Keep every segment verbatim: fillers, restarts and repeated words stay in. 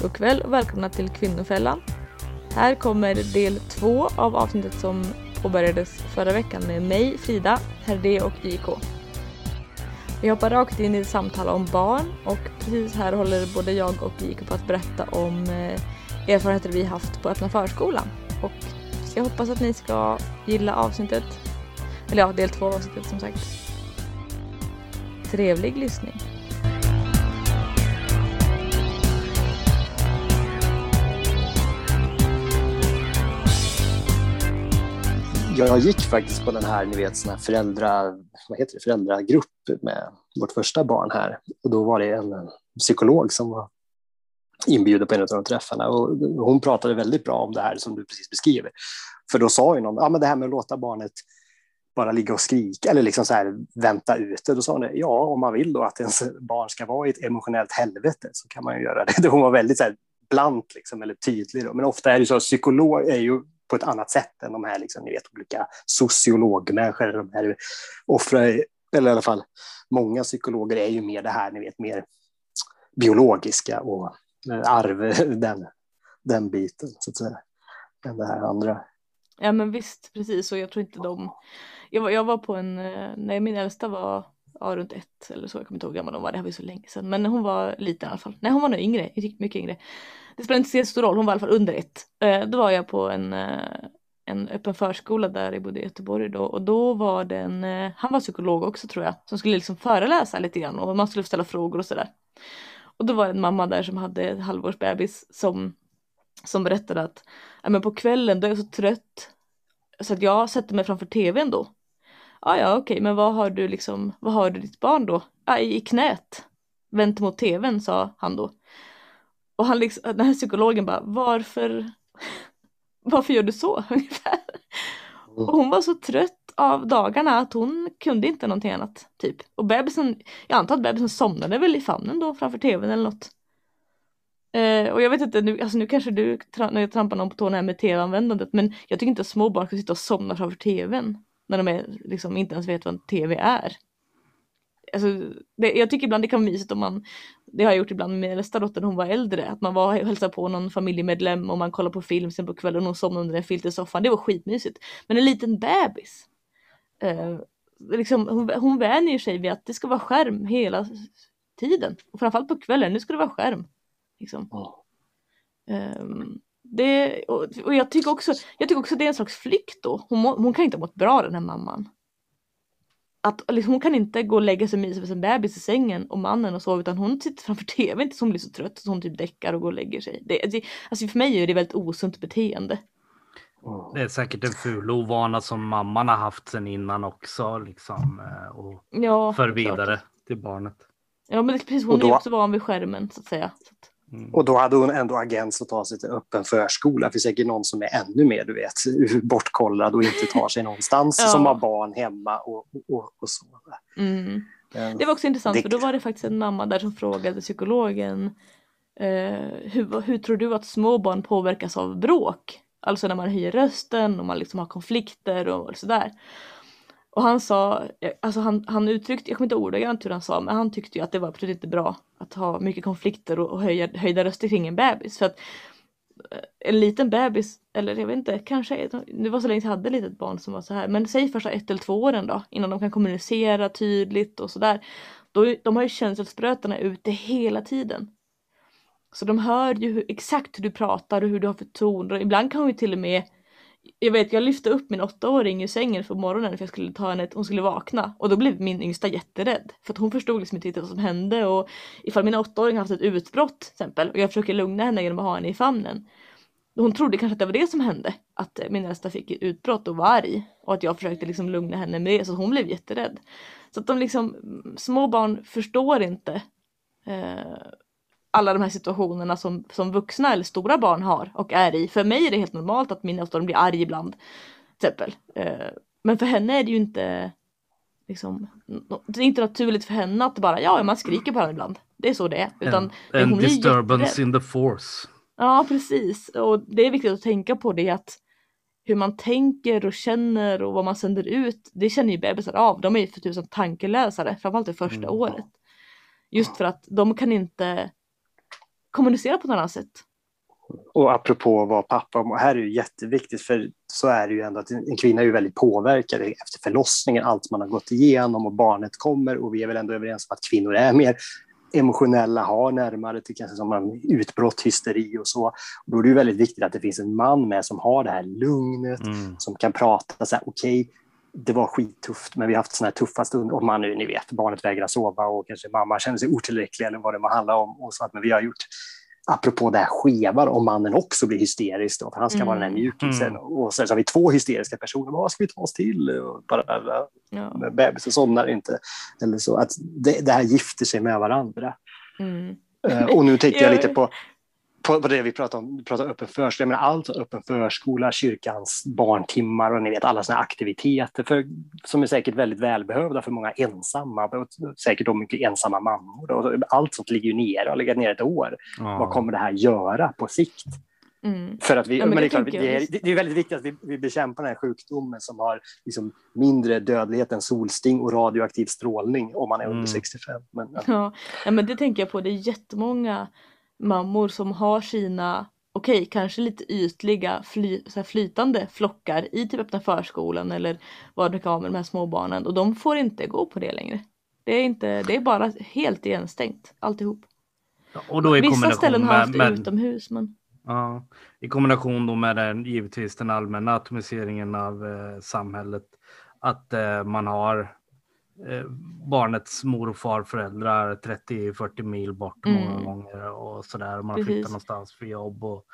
God kväll och välkomna till Kvinnofällan. Här kommer del två av avsnittet som påbörjades förra veckan med mig, Frida, Herde och J K. Vi hoppar rakt in i ett samtal om barn och precis här håller både jag och J K på att berätta om erfarenheter vi haft på öppna förskolan. Och jag hoppas att ni ska gilla avsnittet, eller ja, del två av avsnittet som sagt. Trevlig lyssning. Jag gick faktiskt på den här, ni vet, sån här föräldra, vad heter det, föräldragrupp med vårt första barn här. Och då var det en psykolog som var inbjuden på en av de träffarna. Och hon pratade väldigt bra om det här som du precis beskriver. För då sa ju någon, ja men det här med att låta barnet bara ligga och skrika eller liksom så här vänta ute. Då sa hon, ja om man vill då att ens barn ska vara i ett emotionellt helvete så kan man ju göra det. Hon var väldigt så här blant liksom, eller tydlig då. Men ofta är det så att psykolog är ju på ett annat sätt än de här liksom, ni vet, olika sociologmänniskor, de här offrar, eller i alla fall många psykologer är ju mer det här, ni vet, mer biologiska och arv, den, den biten så att säga, än det här andra. Ja men visst, precis, och jag tror inte de, jag var, jag var på en, när min äldsta var ja, runt ett eller så, jag kommer inte ihåg hur gammal hon var, det här var ju så länge sedan, men hon var liten i alla fall, nej hon var nog yngre, mycket yngre. Det spelar inte så stor roll, hon var i alla fall under ett. Eh, då var jag på en, eh, en öppen förskola där jag bodde i Göteborg då. Och då var det en, eh, han var psykolog också tror jag, som skulle liksom föreläsa lite grann. Och man skulle ställa frågor och sådär. Och då var det en mamma där som hade ett halvårsbebis som, som berättade att ja, men på kvällen då är jag så trött så att jag sätter mig framför tvn då. Ah, ja okej, men vad har du liksom, vad har du ditt barn då? Ah, i, i knät. Vänt mot tvn, sa han då. Och han liksom, den här psykologen bara, varför, varför gör du så? Ungefär. Och hon var så trött av dagarna att hon kunde inte någonting annat, typ. Och bebisen, jag antar att bebisen somnade väl i famnen då framför tvn eller något. Eh, och jag vet inte, nu, alltså nu kanske du när jag trampar någon på tårna här med tv-användandet, men jag tycker inte att små barn ska sitta och somna framför tvn när de är, liksom, inte ens vet vad en tv är. Alltså, det, jag tycker ibland det kan vara mysigt om man, det har jag gjort ibland med min äldsta dotter när hon var äldre, att man var och hälsade på någon familjemedlem och man kollar på film sen på kvällen och hon somnade under en filt i soffan, det var skitmysigt. Men en liten bebis eh, liksom, hon, hon vänjer sig vid att det ska vara skärm hela tiden, och framförallt på kvällen, nu ska det vara skärm liksom. eh, det, och, och jag tycker också jag tycker också det är en slags flykt då, hon, må, hon kan inte ha mått bra den här mamman. Att liksom, hon kan inte gå och lägga sig med en bebis i sängen och mannen och så, utan hon sitter framför tv, inte så hon blir så trött så hon typ däckar och går och lägger sig. Det, det, alltså för mig är det väldigt osunt beteende. Det är säkert en ful ovana som mamman har haft sen innan också liksom, och ja, för vidare klart. Till barnet. Ja men det är precis, hon då, är också van vid skärmen så att säga. Så att... Mm. Och då hade hon ändå agens att ta sig till öppen förskola. För säkert någon som är ännu mer, du vet, bortkollad och inte tar sig någonstans ja. Som har barn hemma och, och, och så. Mm. Det var också intressant det... för då var det faktiskt en mamma där som frågade psykologen eh, hur, hur tror du att små barn påverkas av bråk? Alltså när man höjer rösten och man liksom har konflikter och sådär. Och han sa, alltså han, han uttryckte, jag kommer inte ordagrant hur han sa, men han tyckte ju att det var absolut inte bra att ha mycket konflikter och, och höja, höjda röster kring en bebis. För att en liten bebis, eller jag vet inte, kanske, det var så länge jag hade ett litet barn som var så här, men säg första ett eller två åren då, innan de kan kommunicera tydligt och sådär. Då, de har ju känselsprötarna ute hela tiden. Så de hör ju hur, exakt hur du pratar och hur du har för ton. Och ibland kan vi till och med, jag vet, jag lyfte upp min åttaåring i sängen för morgonen för jag skulle ta henne, hon skulle vakna. Och då blev min yngsta jätterädd. För att hon förstod liksom inte vad som hände. Och ifall mina åttaåring haft ett utbrott till exempel. Och jag försöker lugna henne genom att ha henne i famnen. Hon trodde kanske att det var det som hände. Att min nästa fick ett utbrott och var arg. Och att jag försökte liksom lugna henne med det. Så hon blev jätterädd. Så att de liksom, små barn förstår inte eh, alla de här situationerna som, som vuxna eller stora barn har och är i. För mig är det helt normalt att min åttaåring blir arg ibland. Till exempel. Eh, men för henne är det ju inte liksom, det är inte naturligt för henne att bara, ja man skriker på henne ibland. Det är så det är. Utan en hon disturbance in the force. Ja, precis. Och det är viktigt att tänka på det, att hur man tänker och känner och vad man sänder ut, det känner ju bebisar av. De är ju för tusen tankeläsare, framförallt det första mm. året. Just för att de kan inte kommunicera på något annat sätt. Och apropå vad pappa, och här är det ju jätteviktigt, för så är det ju ändå att en kvinna är ju väldigt påverkad efter förlossningen, allt man har gått igenom och barnet kommer, och vi är väl ändå överens om att kvinnor är mer emotionella, har närmare till kanske som en utbrott, hysteri och så. Och då är det ju väldigt viktigt att det finns en man med som har det här lugnet, mm. som kan prata så här, okej, okay, det var skittufft, men vi har haft såna här tuffa stunder, och man nu, ni vet, barnet vägrar sova och kanske mamma känner sig otillräcklig eller vad det må handla om, och så att, men vi har gjort, apropå det här skeva, om mannen också blir hysterisk då, för han ska mm. vara den här mjukisen, mm. och så har vi två hysteriska personer, vad ska vi ta oss till? Och bara, ja. Med bebisen somnar inte, eller så, att det, det här gifter sig med varandra. Mm. Uh, och nu tänkte jag lite på På, på det vi pratar om, vi pratar öppen förskola, men allt öppen förskola, kyrkans barntimmar och ni vet alla såna aktiviteter för, som är säkert väldigt välbehövda för många ensamma, säkert då mycket ensamma mammor. Och allt sånt ligger ju ner och ligger ner ett år. Ja. Vad kommer det här göra på sikt? Mm. För att vi, ja, men men det, är klart, det, är, det är väldigt viktigt att vi, vi bekämpar den här sjukdomen som har liksom mindre dödlighet än solsting och radioaktiv strålning om man är mm. under sextiofem. Men, ja. Ja. Ja, men det tänker jag på, det är jättemånga mammor som har sina, okej, okay, kanske lite ytliga fly, så här flytande flockar i typ öppna förskolan eller vad det kan vara med de här små barnen, och de får inte gå på det längre. Det är inte, det är bara helt igenstängt alltihop. Ja, och då i vissa ställen har haft med, utomhus, men ja, i kombination då med den, givetvis den allmänna atomiseringen av eh, samhället, att eh, man har barnets mor och farföräldrar trettio till fyrtio mil bort många mm. gånger och sådär, man har flyttat någonstans för jobb och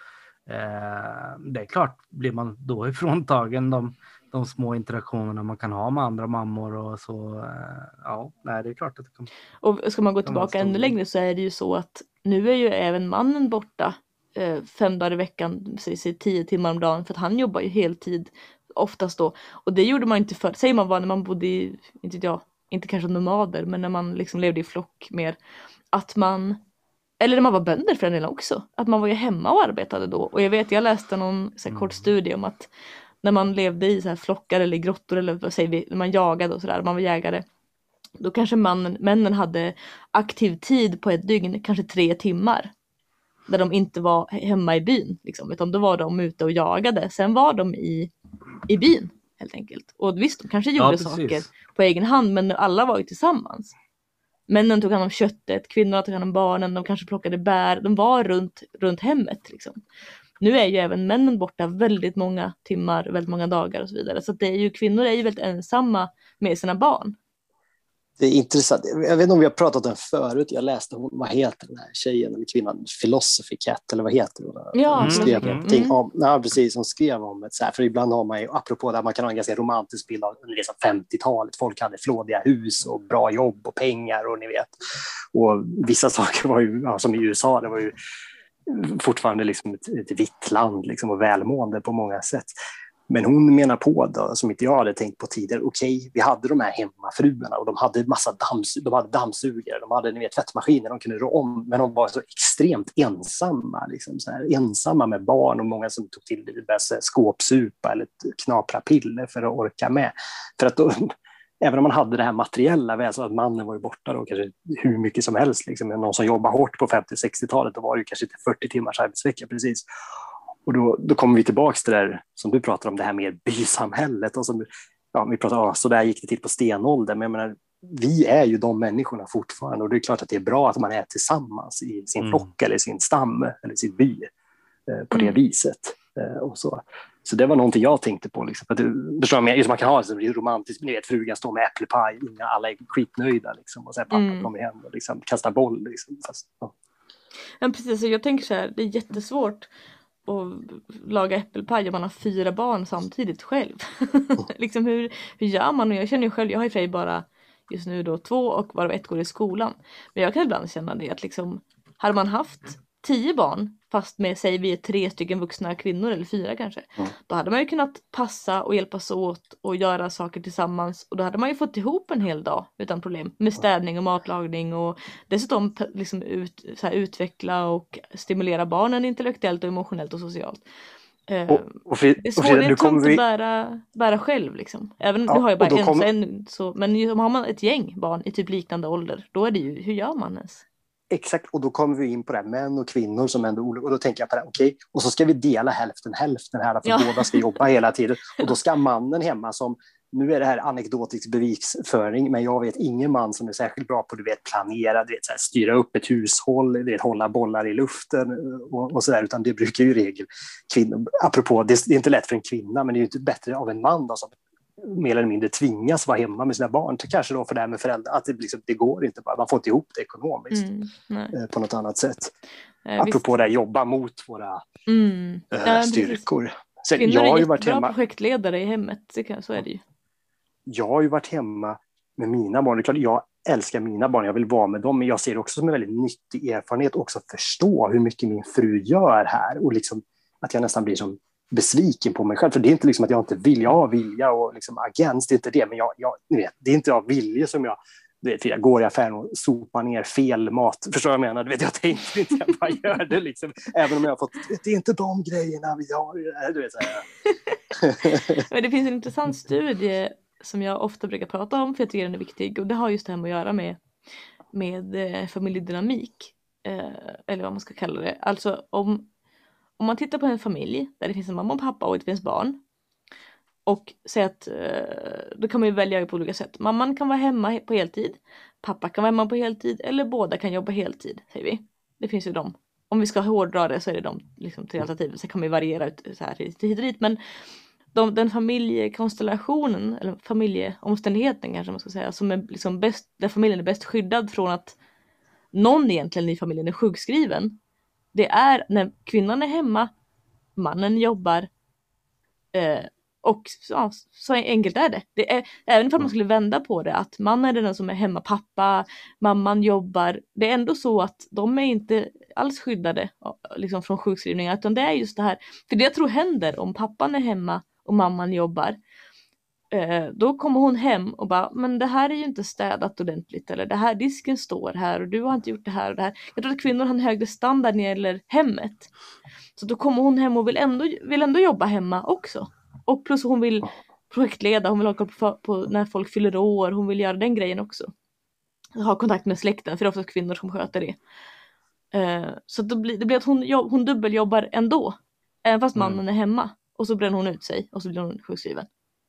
eh, det är klart, blir man då ifråntagen de, de små interaktionerna man kan ha med andra mammor och så, eh, ja, nej, det är klart att det kan. Och ska man gå tillbaka ännu längre så är det ju så att nu är ju även mannen borta eh, fem dagar i veckan, säg tio timmar om dagen, för att han jobbar ju heltid oftast då, och det gjorde man inte för, säger man var när man bodde i, inte vet jag, inte kanske nomader, men när man liksom levde i flock mer, att man, eller när man var bönder för den delen också, att man var ju hemma och arbetade då. Och jag vet, jag läste någon så här, kort studie om att när man levde i så här flockar eller grottor, eller vad säger vi, när man jagade och sådär, man var jägare, då kanske mannen, männen hade aktiv tid på ett dygn, kanske tre timmar, där de inte var hemma i byn liksom, utan då var de ute och jagade, sen var de i, i byn helt enkelt. Och visst, de kanske gjorde ja, saker på egen hand, men alla var ju tillsammans. Männen tog hand om köttet, kvinnorna tog hand om barnen, de kanske plockade bär, de var runt, runt hemmet liksom. Nu är ju även männen borta väldigt många timmar, väldigt många dagar och så vidare. Så att det är ju, kvinnor är ju väldigt ensamma med sina barn. Det är intressant. Jag vet inte om vi har pratat om den förut. Jag läste hon, vad heter den här tjejen eller kvinnan? Philosophy Cat, eller vad heter hon? Ja, hon skrev mm. om, ja, precis, hon skrev om ett så här, för ibland har man ju, apropå det, man kan ha en ganska romantisk bild av liksom femtiotalet. Folk hade flådiga hus och bra jobb och pengar och ni vet. Och vissa saker var ju, ja, som i U S A, det var ju fortfarande liksom ett, ett vitt land liksom, och välmående på många sätt. Men hon menar på då, som inte jag hade tänkt på tidigare, okej, okay, vi hade de här hemmafruarna och de hade massa dams, de hade dammsugare, de hade ni vet, tvättmaskiner, de kunde rå om, men de var så extremt ensamma, liksom, så här, ensamma med barn, och många som tog till det, skåpsupa eller knapra piller för att orka med. För att då, även om man hade det här materiella, så att mannen var ju borta då kanske hur mycket som helst, liksom, någon som jobbar hårt på femtio-sextiotalet, då var det ju kanske inte fyrtio timmars arbetsvecka precis. Och då, då kommer vi tillbaka till det där som du pratar om, det här med bysamhället. Och som, ja, vi pratar om, så där gick det till på stenåldern. Men jag menar, vi är ju de människorna fortfarande. Och det är klart att det är bra att man är tillsammans i sin mm. flock eller sin stam eller sin by eh, på mm. det viset. Eh, och så. så det var någonting jag tänkte på. Liksom, för att du förstår mig, just man kan ha det är romantiskt. Ni vet, frugan står med äpplepaj, inga, alla är skitnöjda. Liksom, och sen pappa mm. kommer hem och liksom, kastar boll. Liksom, fast, ja. Men precis, jag tänker så här, det är jättesvårt och laga äppelpaj om man har fyra barn samtidigt själv. liksom hur, hur gör man? Och jag känner ju själv, jag har ju för bara just nu då två och varav ett går i skolan. Men jag kan ibland känna det att liksom, hade man haft tio barn fast med, säg vi är tre stycken vuxna kvinnor eller fyra kanske. Mm. Då hade man ju kunnat passa och hjälpas åt och göra saker tillsammans. Och då hade man ju fått ihop en hel dag utan problem. Med städning och matlagning och dessutom liksom ut, så här, utveckla och stimulera barnen intellektuellt och emotionellt och socialt. Och, och Frida, det är svårt, det är tungt vi... att bära, bära själv liksom. Även ja, nu har jag bara en, kommer... så en så, men har man ett gäng barn i typ liknande ålder, då är det ju, hur gör man ens? exakt, och då kommer vi in på det här, män och kvinnor som ändå olika, och då tänker jag på det, okej, okay, och så ska vi dela hälften hälften här, för ja. båda ska jobba hela tiden, och då ska mannen hemma som, nu är det här anekdotisk bevisföring, men jag vet ingen man som är särskilt bra på, du vet, planera, du vet, så här, styra upp ett hushåll, du vet, hålla bollar i luften och, och sådär, utan det brukar ju i regel kvinnor, apropå, det är inte lätt för en kvinna, men det är ju inte bättre av en man då, som mer eller mindre tvingas vara hemma med sina barn, till kanske då för det här med föräldrar, att det, liksom, det går inte bara, man får inte ihop det ekonomiskt mm, på något annat sätt. Eh, apropå det här, jobba mot våra mm. äh, ja, styrkor. Så kvinnor jag har ju varit hemma, projektledare i hemmet, så är det ju. Jag har ju varit hemma med mina barn, det är klart, jag älskar mina barn, jag vill vara med dem, men jag ser det också som en väldigt nyttig erfarenhet också att förstå hur mycket min fru gör här, och liksom att jag nästan blir som besviken på mig själv, för det är inte liksom att jag inte vill, jag har vilja och liksom agens, det är inte det, men jag, jag vet, det är inte av vilja som jag, du vet, jag går i affären och sopar ner fel mat, förstår jag menar, du vet, jag tänkte inte, jag bara gör det liksom, även om jag har fått, det är inte de grejerna vi har, du vet så här. Men det finns en intressant studie som jag ofta brukar prata om, för jag tycker den är viktig, och det har just det här med att göra med, med eh, familjedynamik, eh, eller vad man ska kalla det, alltså om Om man tittar på en familj där det finns en mamma och pappa och det finns barn, och säger att då kan man ju välja på olika sätt. Mamman kan vara hemma på heltid, pappa kan vara hemma på heltid, eller båda kan jobba heltid, säger vi. Det finns ju de. Om vi ska hårdra det så är det de liksom, tre alternativ. Så kan vi variera ut så här hit och dit. Men de, den familjekonstellationen, eller familjeomständigheten kanske man ska säga, som är liksom bäst, där familjen är bäst skyddad från att någon egentligen i familjen är sjukskriven, det är när kvinnan är hemma, mannen jobbar, eh, och ja, så enkelt är det. det är, även om man skulle vända på det, att mannen är den som är hemma, pappa, mamman jobbar, det är ändå så att de är inte alls skyddade liksom, från sjukskrivningar, utan det är just det här, för det jag tror händer om pappan är hemma och mamman jobbar, eh, då kommer hon hem och bara, men det här är ju inte städat ordentligt, eller det här disken står här och du har inte gjort det här och det här. Jag tror att kvinnor har en högre standard när det gäller hemmet, så då kommer hon hem och vill ändå, vill ändå jobba hemma också, och plus hon vill projektleda, hon vill ha koll på, på när folk fyller år, hon vill göra den grejen också, ha kontakt med släkten, för det är ofta kvinnor som sköter det, eh, så det blir, det blir att hon, jobb, hon dubbeljobbar ändå, även fast mannen mm. är hemma, och så bränner hon ut sig och så blir hon sjukskriven.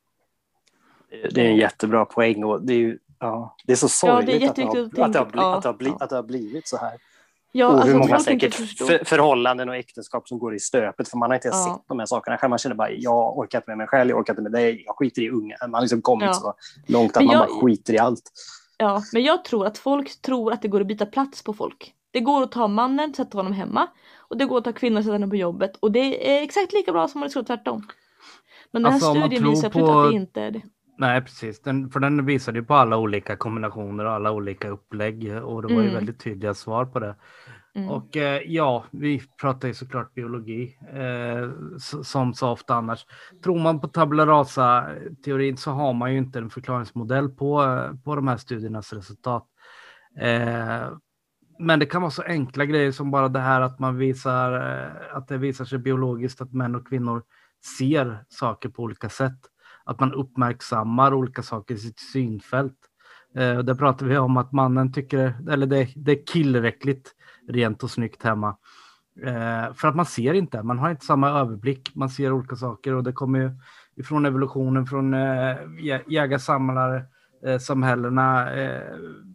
Det är en jättebra poäng, och det är ju, ja, det är så sorgligt ja, det är att, det har, att, det har blivit, ja, att, det har blivit, ja. att det har blivit så här. Ja, och alltså, hur många säkert för, förhållanden och äktenskap som går i stöpet, för man har inte ens ja. sett de här sakerna själv. Man känner bara, jag orkar inte med mig själv, jag orkar inte med dig, jag skiter i unga. Man har liksom kommit ja. så långt att men man jag, bara skiter i allt. Ja, men jag tror att folk tror att det går att byta plats på folk. Det går att ta mannen, sätta honom hemma, och det går att ta kvinnor, sätta henne på jobbet, och det är exakt lika bra som om det skulle tvärtom. Men den här alltså, studien visar på att det inte är det. Nej, precis. Den, för den visade ju på alla olika kombinationer och alla olika upplägg, och det var ju mm. väldigt tydliga svar på det. Mm. Och eh, ja, vi pratar ju såklart biologi, eh, som så ofta annars. Tror man på tabula rasa-teorin så har man ju inte en förklaringsmodell på, på de här studiernas resultat. Eh, men det kan vara så enkla grejer som bara det här att man visar, eh, att det visar sig biologiskt att män och kvinnor ser saker på olika sätt. Att man uppmärksammar olika saker i sitt synfält. Eh, där pratar vi om att mannen tycker, eller det, det är killräckligt rent och snyggt hemma. Eh, för att man ser inte, man har inte samma överblick, man ser olika saker, och det kommer ju ifrån evolutionen, från eh, jägarsamlare, eh, samhällena. Eh,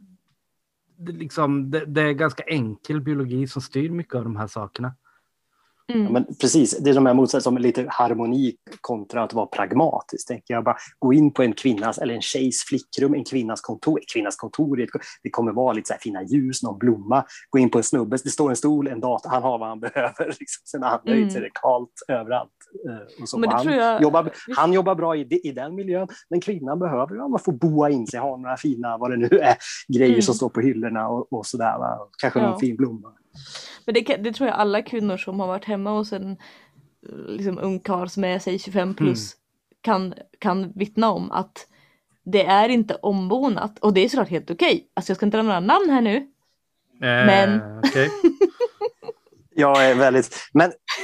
det, liksom, det, det är ganska enkel biologi som styr mycket av de här sakerna. Mm. Ja, men precis, det är de här motsatser som lite harmoni kontra att vara pragmatisk. Tänker jag bara gå in på en kvinnas eller en tjejs flickrum, en kvinnas kontor, ett kvinnas kontor, det kommer vara lite så här fina ljus, någon blomma, gå in på en snubbe, det står en stol, en dator, han har vad han behöver, liksom. Sen han nöjd mm. så är det kallt överallt. Och så. Men det han, tror jag... jobbar, han jobbar bra i, i den miljön, men kvinnan behöver, ja, man får boa in sig, ha några fina, vad det nu är, grejer mm. som står på hyllorna och, och sådär, va? Kanske ja. någon fin blomma. Men det, det tror jag alla kvinnor som har varit hemma hos en liksom, ung karl som är säg tjugofem plus mm. kan, kan vittna om att det är inte ombonat. Och det är såklart helt okej. Okay. Alltså jag ska inte dra några namn här nu. Eh, men... okay. Jag är väldigt... Men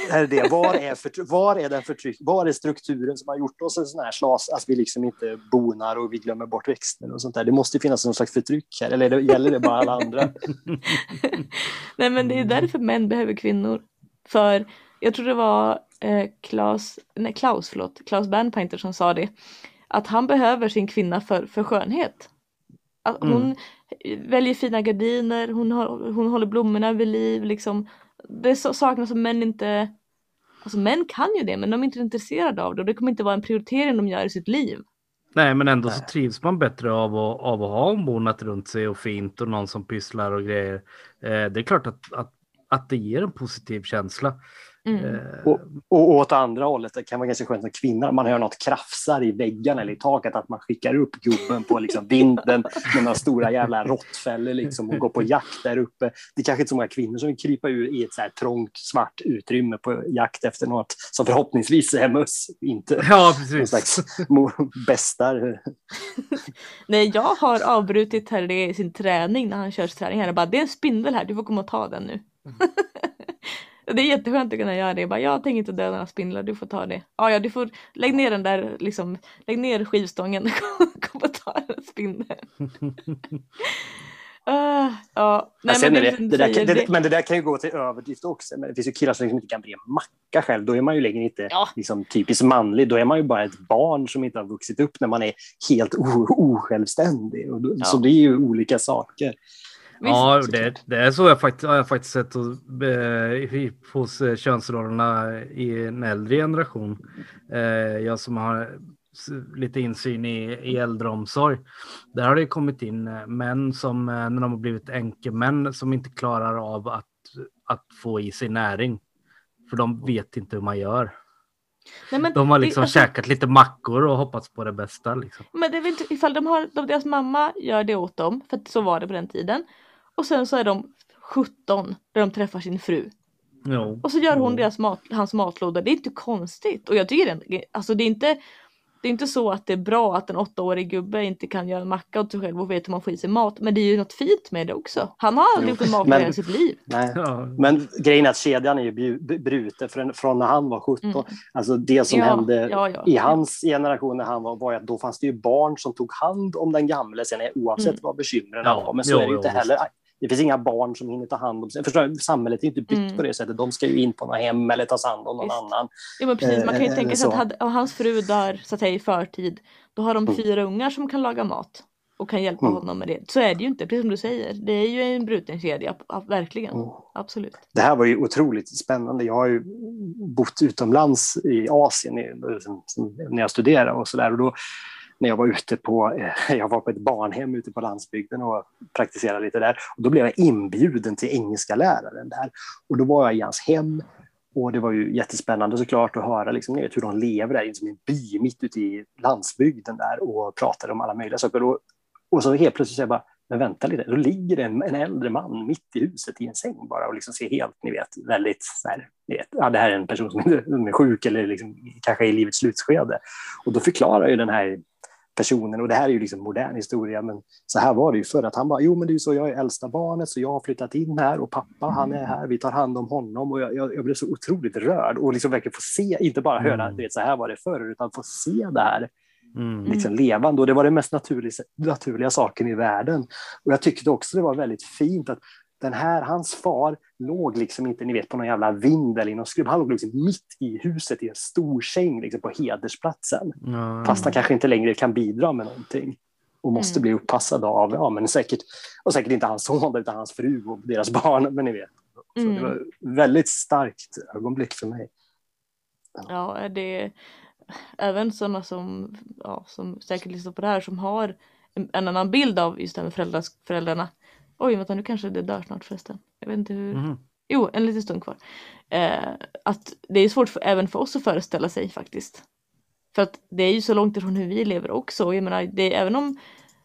är det. Var, är för, var är den förtryck? Var är strukturen som har gjort oss en sån här slas, att vi liksom inte bonar och vi glömmer bort växter och sånt där? Det måste finnas någon slags förtryck här, eller det, gäller det bara alla andra? Nej, men det är därför män behöver kvinnor. För jag tror det var eh, Klaus, nej, Klaus, förlåt, Klaus Bernpainter som sa det. Att han behöver sin kvinna för, för skönhet. Att hon mm. väljer fina gardiner, hon, har, hon håller blommorna vid liv. Liksom. Det är så, saker som män inte... Alltså män kan ju det, men de är inte intresserade av det. Och det kommer inte vara en prioritering de gör i sitt liv. Nej, men ändå så trivs man bättre av att, av att ha ombonat runt sig och fint och någon som pysslar och grejer. Eh, det är klart att, att, att det ger en positiv känsla. Mm. Eh. Och, och åt andra hållet, det kan vara ganska skönt som kvinna. Man hör något krafsar i väggen eller i taket, att man skickar upp gubben på liksom vinden med några stora jävla råttfällor liksom, och går på jakt där uppe. Det är kanske inte så många kvinnor som vill krypa ur i ett så här trångt svart utrymme på jakt efter något som förhoppningsvis är möss, inte ja, precis. någon slags bästar. Nej, jag har avbrutit här det i sin träning när han kör träning här. Bara, det är en spindel här, du får komma och ta den nu. Det är jätteskönt att kunna göra det. Bara, jag tänker inte döda några spindlar, du får ta det. Ja, ja, du får lägg ner den där, liksom, lägg ner skivstången och kom och ta en spindel. uh, ja. Nej, men, det, det, det där kan, det, men det där kan ju gå till överdrift också. Men det finns ju killar som liksom inte kan bli en macka själv. Då är man ju längre inte ja. liksom, typiskt manlig. Då är man ju bara ett barn som inte har vuxit upp när man är helt o- osjälvständig. Och då, ja. Så det är ju olika saker. Ja, det, det är så jag faktiskt, har jag faktiskt sett eh, hos könsrollerna i en äldre generation. Eh, jag som har lite insyn i, i äldreomsorg. Där har det kommit in män som, när de har blivit änkemän, som inte klarar av att, att få i sig näring. För de vet inte hur man gör. Nej, men de har liksom det, alltså, käkat lite mackor och hoppats på det bästa. Liksom. Men det är väl inte, ifall de har, de, deras mamma gör det åt dem, för att så var det på den tiden. Och sen så är de sjutton där de träffar sin fru. Jo. Och så gör hon deras mat, hans matlåda. Det är inte konstigt. Och jag tycker det, alltså det är inte det är inte så att det är bra att en åttaårig gubbe inte kan göra en macka åt sig själv och vet hur man får i sig mat. Men det är ju något fint med det också. Han har aldrig gjort en mat i sitt liv. Nej. Ja. Men grejen är att kedjan är ju bruten från, från när han var sjutton. Mm. Alltså det som ja, hände ja, ja. i hans generation när han var, var att då fanns det ju barn som tog hand om den gamla sen oavsett mm. vad bekymren ja. var. Men så jo, är det ju inte jo, heller. Det finns inga barn som hinner ta hand om sig. Förstår, samhället är inte byggt mm. på det sättet. De ska ju in på något hem eller tas hand om någon Visst. annan. Ja, men precis. Man kan ju eh, tänka sig att hade, hans fru dör så att säga, i förtid. Då har de mm. fyra ungar som kan laga mat. Och kan hjälpa mm. honom med det. Så är det ju inte, precis som du säger. Det är ju en bruten kedja, verkligen. Mm. Absolut. Det här var ju otroligt spännande. Jag har ju bott utomlands i Asien när jag studerade och sådär. Och då när jag var ute på, jag var på ett barnhem ute på landsbygden och praktiserade lite där. Och då blev jag inbjuden till engelska läraren där. Och då var jag i hans hem. Och det var ju jättespännande såklart att höra liksom, hur de lever där som en by mitt ute i landsbygden där och pratade om alla möjliga saker. Och, och så helt plötsligt så jag bara, men vänta lite, då ligger det en, en äldre man mitt i huset i en säng bara och liksom ser helt, ni vet, väldigt så här, ni vet, ja, det här är en person som är sjuk eller liksom, kanske i livets slutskede. Och då förklarar ju den här personen, och det här är ju liksom modern historia, men så här var det ju för att han bara, jo men det är ju så, jag är äldsta barnet så jag har flyttat in här och pappa han är här, vi tar hand om honom, och jag, jag, jag blev så otroligt rörd och liksom verkligen få se, inte bara höra, mm. du vet, så här var det förr, utan få se det här mm. liksom levande, och det var det mest naturliga, naturliga saken i världen. Och jag tyckte också det var väldigt fint att den här, hans far låg liksom inte, ni vet, på någon jävla vind eller i någon skrubb. Han låg liksom mitt i huset i en stor säng liksom på hedersplatsen. Mm. Fast han kanske inte längre kan bidra med någonting. Och måste mm. bli uppassad av, ja men säkert, och säkert inte hans son utan hans fru och deras barn, men ni vet. Så mm. det var väldigt starkt ögonblick för mig. Ja, ja det är även sådana som, ja, som säkert lyssnar på det här som har en, en annan bild av just det här med föräldrar, föräldrarna. Oj, vänta, nu kanske det dör snart förresten. Jag vet inte hur... Mm. Jo, en liten stund kvar. Eh, att det är svårt för, även för oss att föreställa sig faktiskt. För att det är ju så långt ifrån hur vi lever också. Jag menar, det är, även om...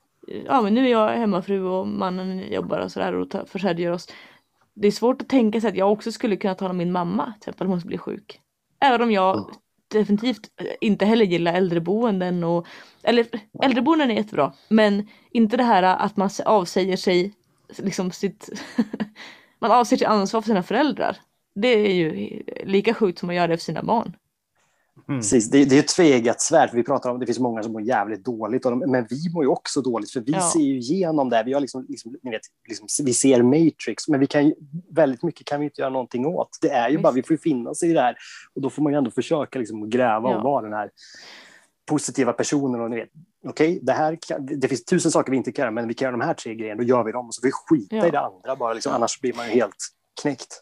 Ja, men nu är jag hemmafru och mannen jobbar och sådär och tar, försörjer oss. Det är svårt att tänka sig att jag också skulle kunna ta hand om min mamma. Till exempel om hon blir sjuk. Även om jag mm. definitivt inte heller gillar äldreboenden. Och, eller äldreboenden är jättebra. Men inte det här att man avsäger sig... liksom sitt man avser till ansvar för sina föräldrar. det är ju lika sjukt som att göra det för sina barn. Mm. Precis, det, det är ett tveeggat svärd. Vi pratar om det finns många som mår jävligt dåligt, och de, men vi mår ju också dåligt, för vi ja. ser ju igenom det. Vi har liksom, liksom, ni vet, liksom, vi ser Matrix, men vi kan ju, väldigt mycket kan vi inte göra någonting åt. Det är ju Visst. bara, vi får ju finna oss i det här, och då får man ju ändå försöka liksom gräva ja. och vara den här positiva personen, och ni vet, okej, okay, det här kan, det finns tusen saker vi inte kan göra, men vi kan göra de här tre grejerna, då gör vi dem, och så får vi skita ja. i det andra bara, liksom, annars blir man ju helt knäckt.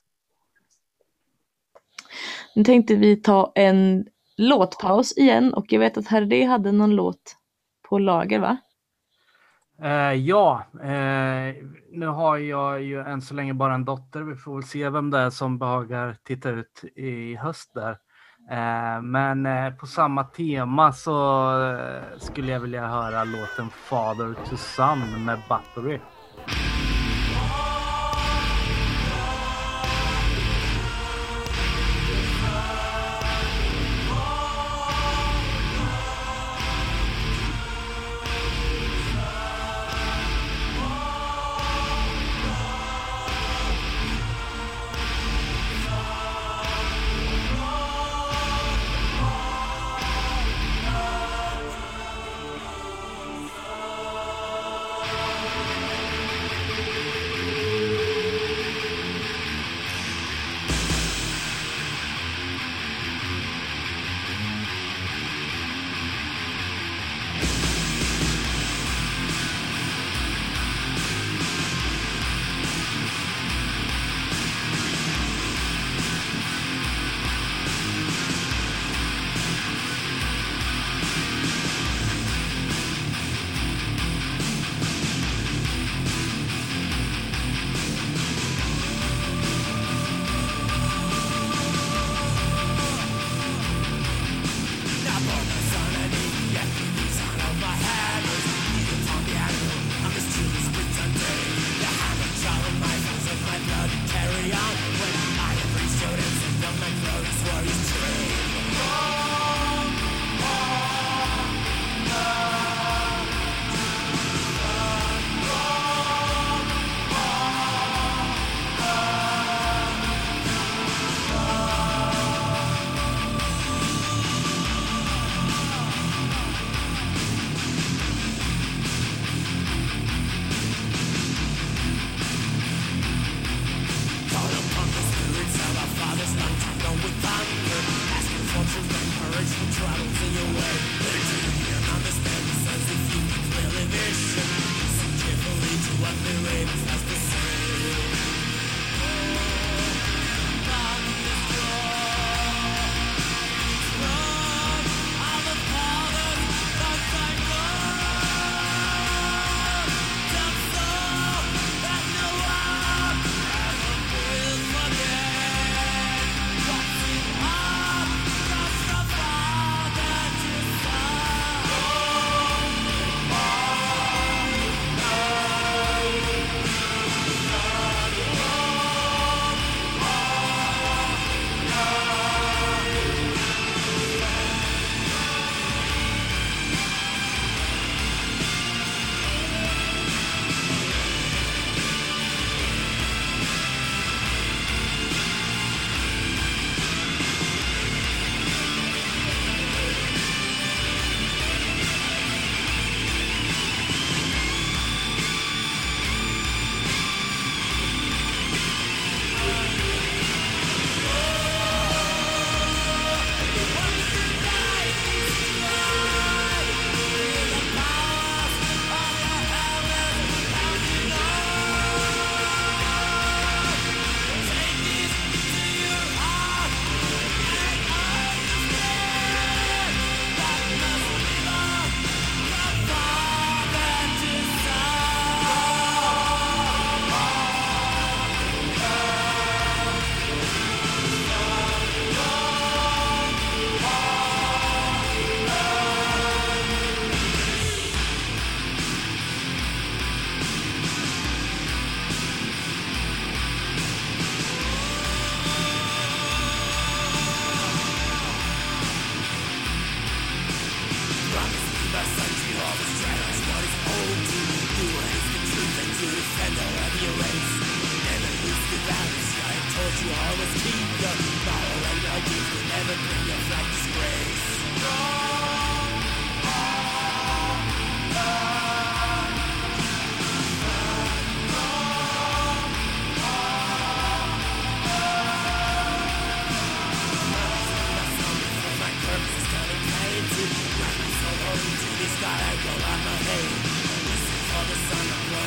Nu tänkte vi ta en låtpaus igen, och jag vet att Herr D hade någon låt på lager, va? Uh, ja, uh, nu har jag ju än så länge bara en dotter. Vi får väl se vem det är som behagar titta ut i höst där. Uh, men uh, på samma tema så uh, skulle jag vilja höra låten Father to Son med Battery.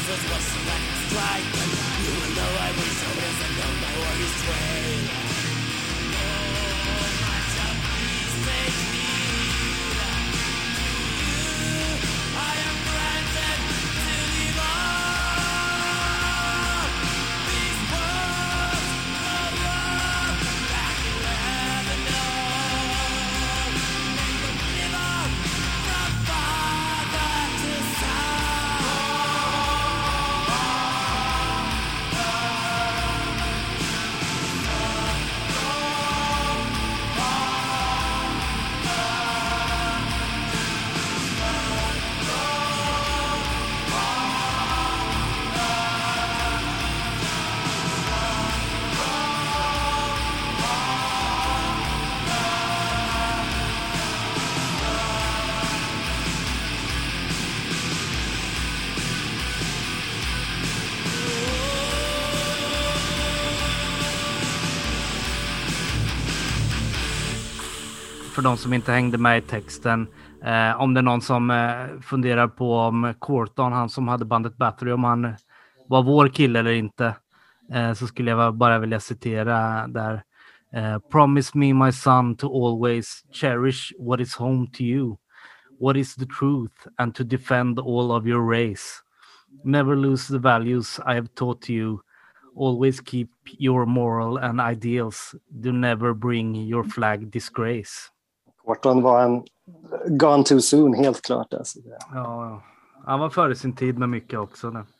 För de som inte hängde med i texten. Eh, om det är någon som eh, funderar på om Corton, han som hade bandet Battery, om han var vår kille eller inte. Eh, så skulle jag bara vilja citera där. Eh, Promise me my son to always cherish what is home to you. What is the truth and to defend all of your race. Never lose the values I have taught you. Always keep your moral and ideals. Do never bring your flag disgrace. Corton var en gone too soon, helt klart. Alltså. Ja, han var före sin tid med mycket också. Nu.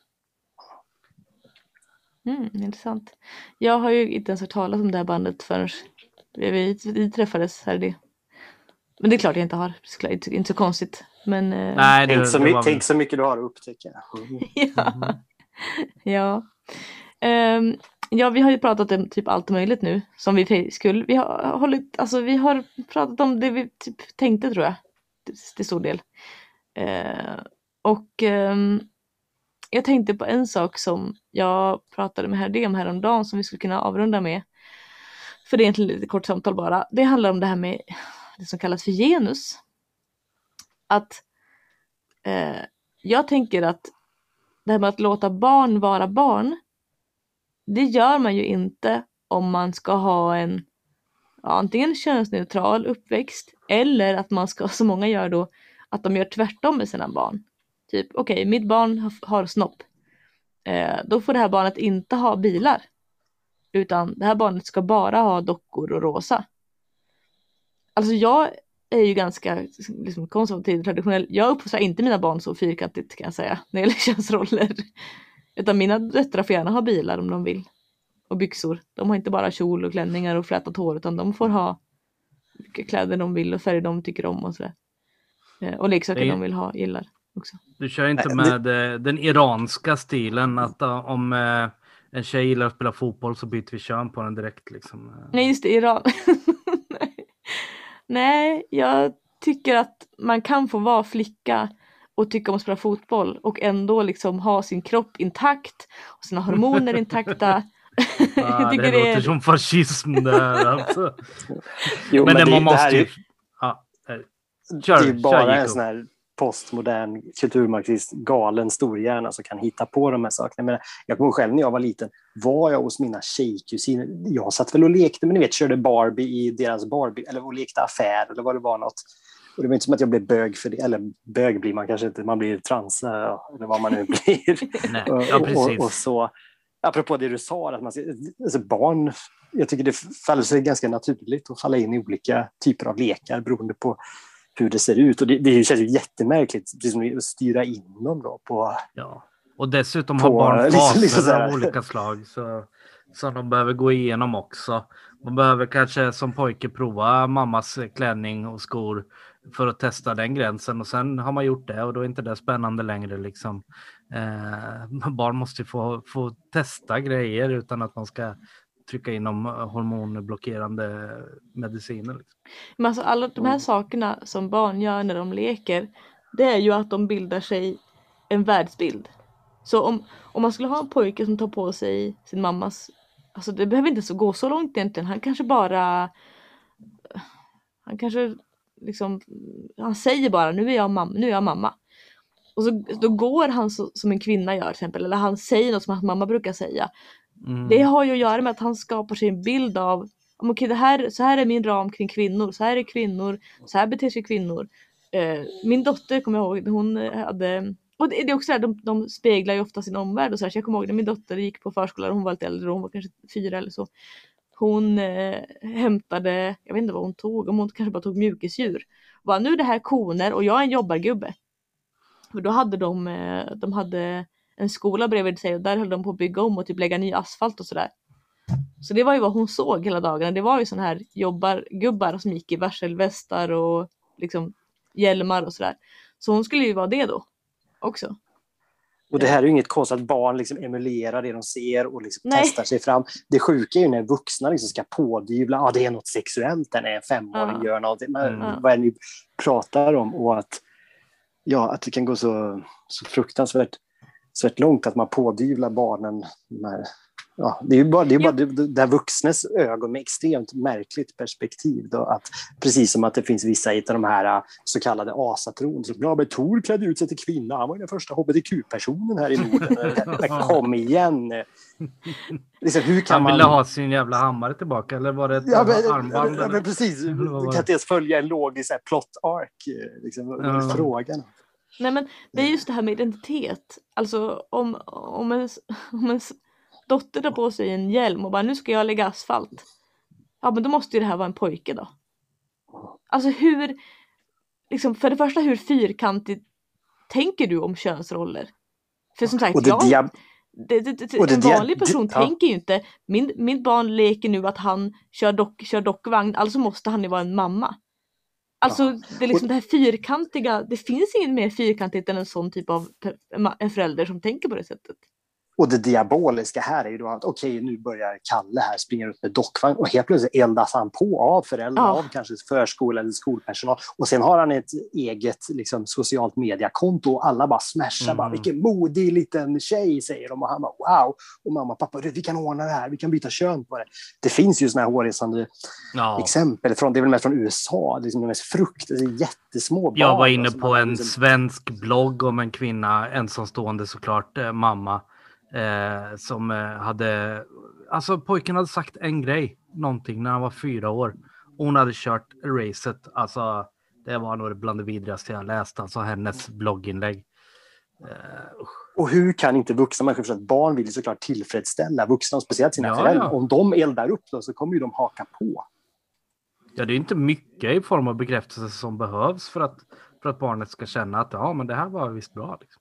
Mm, intressant. Jag har ju inte ens hört talas om det här bandet förrän vi, vi, vi träffades här. Det. Men det är klart jag inte har. Det är inte, inte så konstigt. Men, Nej, det, tänk, så, det var... tänk så mycket du har att upptäcka. Mm. ja. ja. Um, ja, vi har ju pratat om typ allt möjligt nu som vi skulle. Vi har hållit, alltså vi har pratat om det vi typ tänkte, tror jag, till stor del. Uh, och um, jag tänkte på en sak som jag pratade med Herr om häromdagen som vi skulle kunna avrunda med. För det är egentligen lite kort samtal bara. Det handlar om det här med det som kallas för genus. Att uh, jag tänker att det här med att låta barn vara barn, det gör man ju inte om man ska ha en ja, antingen könsneutral uppväxt eller att man ska, som många gör då, att de gör tvärtom med sina barn. Typ, okej, okay, mitt barn har, har snopp. Eh, då får det här barnet inte ha bilar. Utan det här barnet ska bara ha dockor och rosa. Alltså jag är ju ganska liksom, konservativ och traditionell. Jag uppfostrar inte mina barn så fyrkantigt, kan jag säga, när det gäller könsroller. Utan mina döttrar får gärna ha bilar om de vill. Och byxor. De har inte bara kjol och klänningar och flätat hår. Utan de får ha vilka kläder de vill och färger de tycker om och sådär. Och leksaker är... de vill ha, gillar också. Du kör inte med det... den iranska stilen. Att om en tjej gillar att spela fotboll så byter vi kön på den direkt. Liksom. Nej, just det, Iran. Nej. Nej, jag tycker att man kan få vara flicka och tycka om att spela fotboll och ändå liksom ha sin kropp intakt och sina hormoner intakta. Ah, jag tycker det, det låter är... som fascism där alltså. Jo, men, men det, man måste det här är ju... Ja, kör, det är bara kör, en sån här postmodern kulturmarxist galen storhjärna som kan hitta på de här sakerna. Men jag kommer själv när jag var liten, var jag hos mina tjejkusiner. Jag satt väl och lekte, men ni vet, körde Barbie i deras Barbie, eller och lekte affär, eller vad det var något. Och det var inte som att jag blev bög för det, eller bög blir man kanske inte, man blir trans, eller vad man nu blir. Nej, ja, precis. och, och, och så, apropå det du sa, att man ska, alltså barn, jag tycker det faller sig ganska naturligt att falla in i olika typer av lekar beroende på hur det ser ut. Och det, det känns ju jättemärkligt liksom, att styra in dem då på... Ja, och dessutom på, har barn faser liksom, liksom av olika slag så, som de behöver gå igenom också. Man behöver kanske som pojke prova mammas klänning och skor för att testa den gränsen. Och sen har man gjort det och då är inte det spännande längre. Liksom. Eh, barn måste få, få testa grejer utan att man ska trycka in om hormonblockerande mediciner. Liksom. Men alltså alla de här sakerna som barn gör när de leker, det är ju att de bildar sig en världsbild. Så om, om man skulle ha en pojke som tar på sig sin mammas, alltså det behöver inte så gå så långt egentligen. Han kanske bara han kanske liksom han säger bara nu är jag mamma, nu är jag mamma. Och så, då går han så, som en kvinna gör till exempel. Eller han säger något som hans mamma brukar säga. Mm. Det har ju att göra med att han skapar sig en bild av okej, okay, det här, så här är min ram kring kvinnor. Så här är kvinnor. Så här beter sig kvinnor. Eh, min dotter, kommer jag ihåg, hon hade... Och det är också där, de, de speglar ju ofta sin omvärld. Och så, här, så jag kommer ihåg när min dotter gick på förskolan. Hon var lite äldre, hon var kanske fyra eller så. Hon eh, hämtade, jag vet inte vad hon tog. Om hon kanske bara tog mjukisdjur. Bara, nu är det här koner och jag är en jobbargubbe. För då hade de, eh, de hade en skola bredvid sig. Och där höll de på att bygga om och typ lägga ny asfalt och sådär. Så det var ju vad hon såg hela dagarna. Det var ju sån här jobbargubbar som gick i varselvästar och liksom hjälmar och sådär. Så hon skulle ju vara det då också. Och det här är ju inget konstigt att barn liksom emulerar det de ser och liksom Nej. testar sig fram. Det sjuka är ju när vuxna liksom ska pådyvla, ja ah, det är något sexuellt när en femåring Ja. gör någonting. Men, Mm. vad är det ni pratar om? Och att, ja, att det kan gå så, så fruktansvärt så långt att man pådyvlar barnen. När, ja, det är ju bara, det är bara Ja. det, det där vuxnes ögon med extremt märkligt perspektiv. Då, att, precis som att det finns vissa i de här så kallade asatron. Som, ja, men Tor klädde ut sig till kvinna. Han var ju den första H B T Q-personen här i Norden. Men kom igen. Liksom, hur kan Han ville man... ha sin jävla hammare tillbaka, eller var det ett Ja, men, armband? ja, men precis. Eller vad var Du det? kan inte ens följa en logisk här, plot arc. Liksom, Ja. frågan. Nej, men det är just det här med identitet. Alltså om, om, en, om en dotter tar på sig en hjälm och bara nu ska jag lägga asfalt. Ja, men då måste ju det här vara en pojke då. Alltså hur, liksom för det första, hur fyrkantigt tänker du om könsroller? För som sagt, Och det jag, dia- det, det, det, och det en dia- vanlig person di- ja. tänker ju inte, min, min barn leker nu att han kör, dock, kör dockvagn, alltså måste han ju vara en mamma. Alltså Ja. det är liksom det här fyrkantiga, det finns ingen mer fyrkantigt än en sån typ av en förälder som tänker på det sättet. Och det diaboliska här är ju då att okej, okay, nu börjar Kalle här springa ut med dockvagn och helt plötsligt eldas han på av föräldrar, Ja. av kanske förskola eller skolpersonal. Och sen har han ett eget liksom, socialt mediekonto och alla bara smashar. Mm. Bara, vilken modig liten tjej, säger de. Och han bara wow. Och mamma och pappa, vi kan ordna det här, vi kan byta kön på det. Det finns ju såna här hårresande Ja. exempel. Från, det är väl mest från U S A, liksom de mest frukt, det är jättesmå barn. Jag var inne som på man en liksom, svensk blogg om en kvinna, ensamstående såklart, eh, mamma, eh, som eh, hade, alltså pojken hade sagt en grej, någonting när han var fyra år. Hon hade kört racet, alltså det var nog bland det vidrigaste jag läst, alltså hennes blogginlägg. Eh, Och hur kan inte vuxna människor, för att barn vill ju såklart tillfredsställa vuxna, och speciellt sina Ja, föräldrar. ja. Om de eldar upp då, så kommer ju de haka på. Ja, det är inte mycket i form av bekräftelse som behövs för att, för att barnet ska känna att ja, men det här var visst bra. Liksom.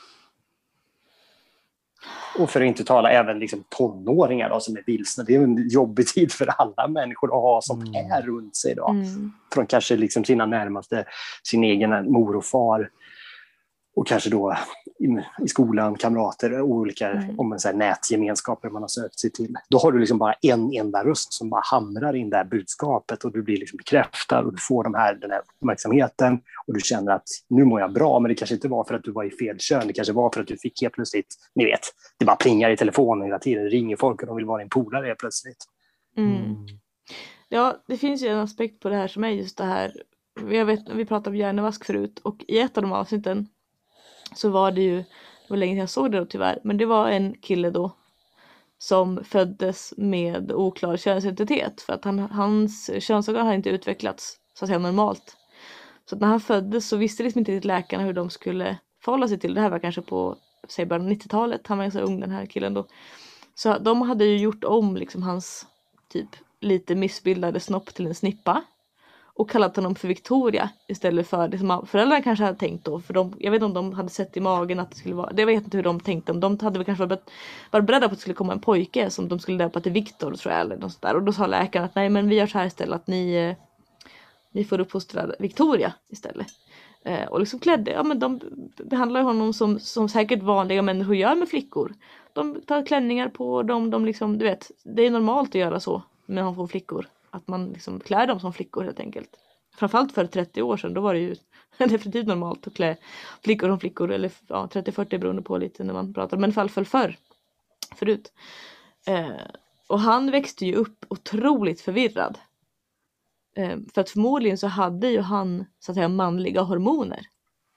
Och för att inte tala även liksom tonåringar då, som är vilsna. Det är en jobbig tid för alla människor att ha sånt Mm. här runt sig då. Mm. Från kanske liksom sina närmaste, sin egen mor och far. Och kanske då i, i skolan, kamrater, olika Mm. om en så här nätgemenskaper man har sökt sig till. Då har du liksom bara en enda röst som bara hamrar in det här budskapet och du blir liksom bekräftad och du får de här, den här uppmärksamheten och du känner att nu mår jag bra, men det kanske inte var för att du var i fel kön, det kanske var för att du fick helt plötsligt, ni vet, det bara plingar i telefonen hela tiden, det ringer folk och de vill vara en polare helt plötsligt. Mm. Ja, det finns ju en aspekt på det här som är just det här. Jag vet, vi pratade om hjärnvask förut och i ett av de avsnitten så var det ju, det var länge sedan jag såg det då tyvärr, men det var en kille då som föddes med oklar könsidentitet för att han, hans könsorgan hade inte utvecklats så att säga normalt. Så att när han föddes så visste liksom inte riktigt läkarna hur de skulle förhålla sig till det. Här var kanske på, säg början av nittiotalet, han var ju så ung den här killen då. Så de hade ju gjort om liksom hans typ lite missbildade snopp till en snippa. Och kallat honom för Victoria istället för det som föräldrarna kanske hade tänkt då. För de, jag vet inte om de hade sett i magen att det skulle vara, det vet inte hur de tänkte. Om de hade väl kanske varit, varit beredda på att det skulle komma en pojke som de skulle döpa till Victor, tror jag. Eller något sånt där. Och då sa läkaren att nej, men vi gör så här istället, att ni, eh, ni får uppfostra Victoria istället. Eh, och liksom klädde, ja men de behandlar honom som, som säkert vanliga människor gör med flickor. De tar klänningar på dem, de liksom, du vet, det är normalt att göra så med de får flickor. Att man liksom klär dem som flickor helt enkelt. Framförallt för trettio år sedan, då var det ju definitivt normalt att klä flickor som flickor. Eller ja, trettio fyrtio beroende på lite när man pratar. Men i alla fall förr. Förut. Eh, och han växte ju upp otroligt förvirrad. Eh, för att förmodligen så hade ju han så att säga manliga hormoner.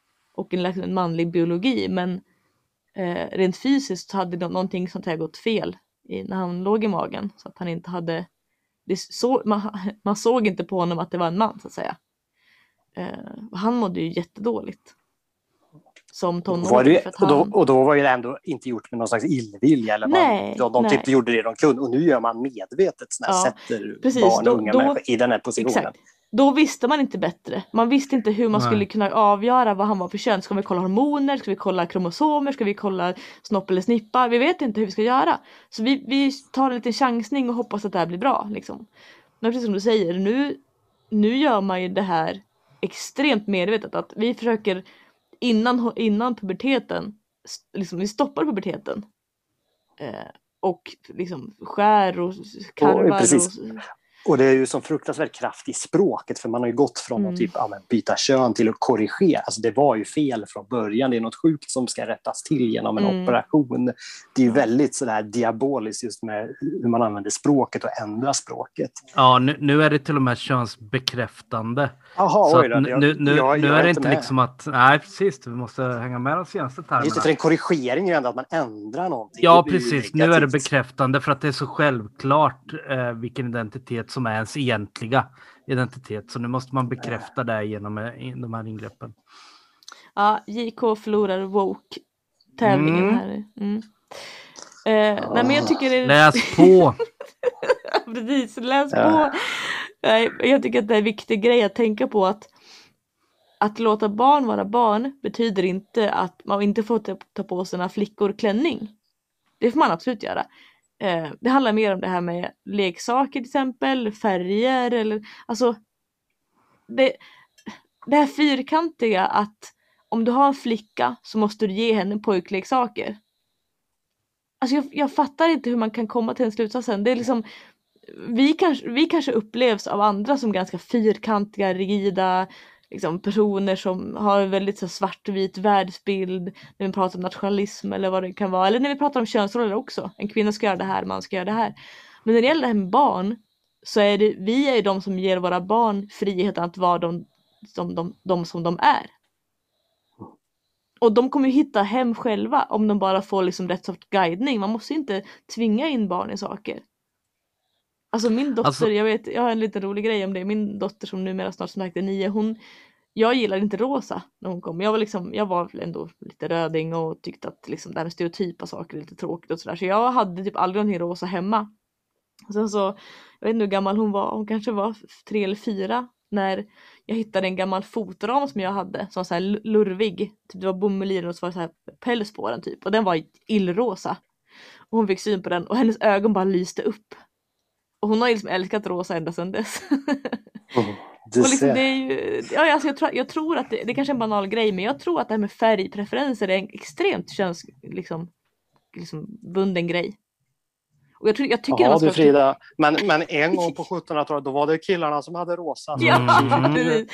och en, en manlig biologi, men eh, rent fysiskt hade det någonting sånt här gått fel i, när han låg i magen, så att han inte hade det så, man, man såg inte på honom att det var en man, så att säga. Eh, han mådde ju jättedåligt som tonåring. Det, och, då, och då var ju det ändå inte gjort med någon slags illvilja. Eller nej, man, de nej. inte gjorde det de kunde. Och nu gör man medvetet när ja, sätter precis, barn och då, unga då, människor i den här positionen. Exakt. Då visste man inte bättre. Man visste inte hur man nej. skulle kunna avgöra vad han var för kön. Ska vi kolla hormoner? Ska vi kolla kromosomer? Ska vi kolla snopp eller snippa? Vi vet inte hur vi ska göra. Så vi, vi tar en liten chansning och hoppas att det här blir bra. Liksom. Men precis som du säger, nu, nu gör man ju det här extremt medvetet. Att vi försöker innan, innan puberteten, liksom, vi stoppar puberteten. Eh, och liksom skär och karvar. Precis. Och, Och det är ju som fruktansvärt kraft i språket, för man har ju gått från mm. att typ, ja, men byta kön till att korrigera. Alltså det var ju fel från början. Det är något sjukt som ska rättas till genom en mm. operation. Det är ju väldigt sådär diaboliskt just med hur man använder språket och ändrar språket. Ja, nu, nu är det till och med könsbekräftande. Aha, så oj då, jag, nu, nu, jag, nu jag är är det inte inte med. liksom att, nej precis, vi måste hänga med de senaste termerna. Just det, för en korrigering är ju ändå att man ändrar någonting. Ja, precis. Nu är det bekräftande för att det är så självklart eh, vilken identitet som är ens egentliga identitet. Så nu måste man bekräfta det genom eh, de här ingreppen. Ja, J K förlorar woke-tävlingen mm. här. Mm. Eh, oh. Nej, men jag tycker det är... Läs på! Precis, läs ja. på! Nej, jag tycker att det är en viktig grej att tänka på att att låta barn vara barn betyder inte att man inte får ta, ta på sina flickor klänning. Det får man absolut göra. Eh, det handlar mer om det här med leksaker till exempel, färger eller alltså det, det här fyrkantiga att om du har en flicka så måste du ge henne pojkleksaker. Alltså jag, jag fattar inte hur man kan komma till en slutsatsen. Det är liksom vi kanske, vi kanske upplevs av andra som ganska fyrkantiga, rigida liksom, personer som har en väldigt så, svartvit världsbild när vi pratar om nationalism eller vad det kan vara. Eller när vi pratar om könsroller också. En kvinna ska göra det här, man ska göra det här. Men när det gäller det här med barn så är det vi är ju de som ger våra barn friheten att vara de som de, de, som de är. Och de kommer ju hitta hem själva om de bara får liksom rätt sorts guidning. Man måste inte tvinga in barn i saker. Alltså min dotter, alltså, jag vet, jag har en liten rolig grej om det. Min dotter som numera snart som sagt är nio, hon, jag gillar inte rosa när hon kom. Jag var liksom, jag var ändå lite röding och tyckte att liksom det här med stereotypa saker är lite tråkigt och sådär. Så jag hade typ aldrig någonting rosa hemma. Och sen så, jag vet inte hur gammal hon var, hon kanske var tre eller fyra när jag hittade en gammal fotram som jag hade, som var så här lurvig. Typ det var bomull i den och så var det så här päls på den typ. Och den var illrosa. Och hon fick syn på den och hennes ögon bara lyste upp. Och hon har liksom älskat rosa ända sedan dess. Oh, och liksom det är ju, ja, alltså jag, tror, jag tror att det, det kanske är en banal grej, men jag tror att det här med färgpreferenser är en extremt köns, liksom, liksom bunden grej. Och jag, tror, jag tycker Jaha, man ska... du Frida, men, men en gång på sjuttonhundratalet då var det killarna som hade rosa. Ja, precis.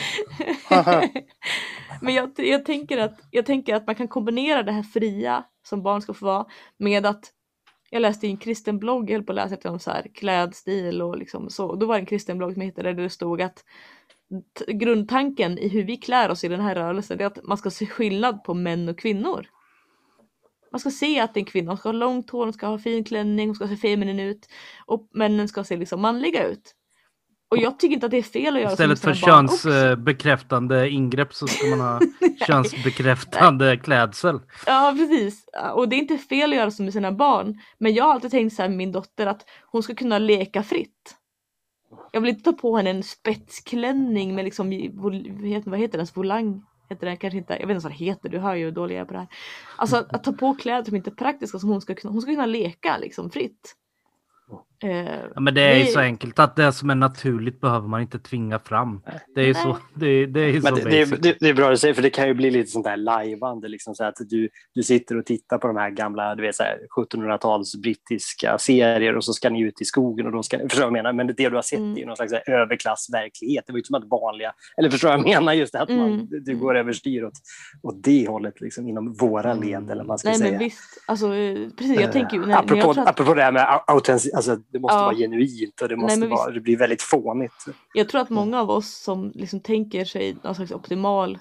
Men jag, jag, tänker att, jag tänker att man kan kombinera det här fria som barn ska få vara med att jag läste i en kristen blogg, jag höll på att läsa efter om så här klädstil och liksom så. Och då var det en kristen blogg som hittade där det stod att t- grundtanken i hur vi klär oss i den här rörelsen är att man ska se skillnad på män och kvinnor. Man ska se att en kvinna ska ha långt hår, hon ska ha fin klänning, hon ska se feminin ut och männen ska se liksom manliga ut. Och jag tycker inte att det är fel att göra istället för könsbekräftande ingrepp så ska man ha könsbekräftande klädsel. Ja, precis. Och det är inte fel att göra som med sina barn. Men jag har alltid tänkt så här med min dotter att hon ska kunna leka fritt. Jag vill inte ta på henne en spetsklänning med liksom, vad heter det, volang? Heter det kanske inte, jag vet inte vad det heter, du hör ju hur dålig jag är på det här. Alltså att, att ta på kläder som inte är praktiska, som hon ska kunna, hon ska kunna leka liksom fritt. Ja, men det är ju det... så enkelt att det som är naturligt behöver man inte tvinga fram. Det är ju så, det, det är men så det, det, det är bra att säga, för det kan ju bli lite sånt där lajvande liksom, så att du, du sitter och tittar på de här gamla, du vet så här sjuttonhundratals brittiska serier och så ska ni ut i skogen och då ska ni, förstår jag menar, men det du har sett mm. är någon slags här överklassverklighet. Det var ju inte som att vanliga, eller förstår jag menar just det, att man, mm. du går överstyr åt, åt det hållet liksom inom våra led eller man ska Nej, säga. Men visst, alltså precis, jag tänker ju uh, apropå, jag att... apropå det här med autentisk, alltså det måste ja. vara genuint och det måste Nej, vara, det blir väldigt fånigt. Jag tror att många av oss som liksom tänker sig någon slags optimal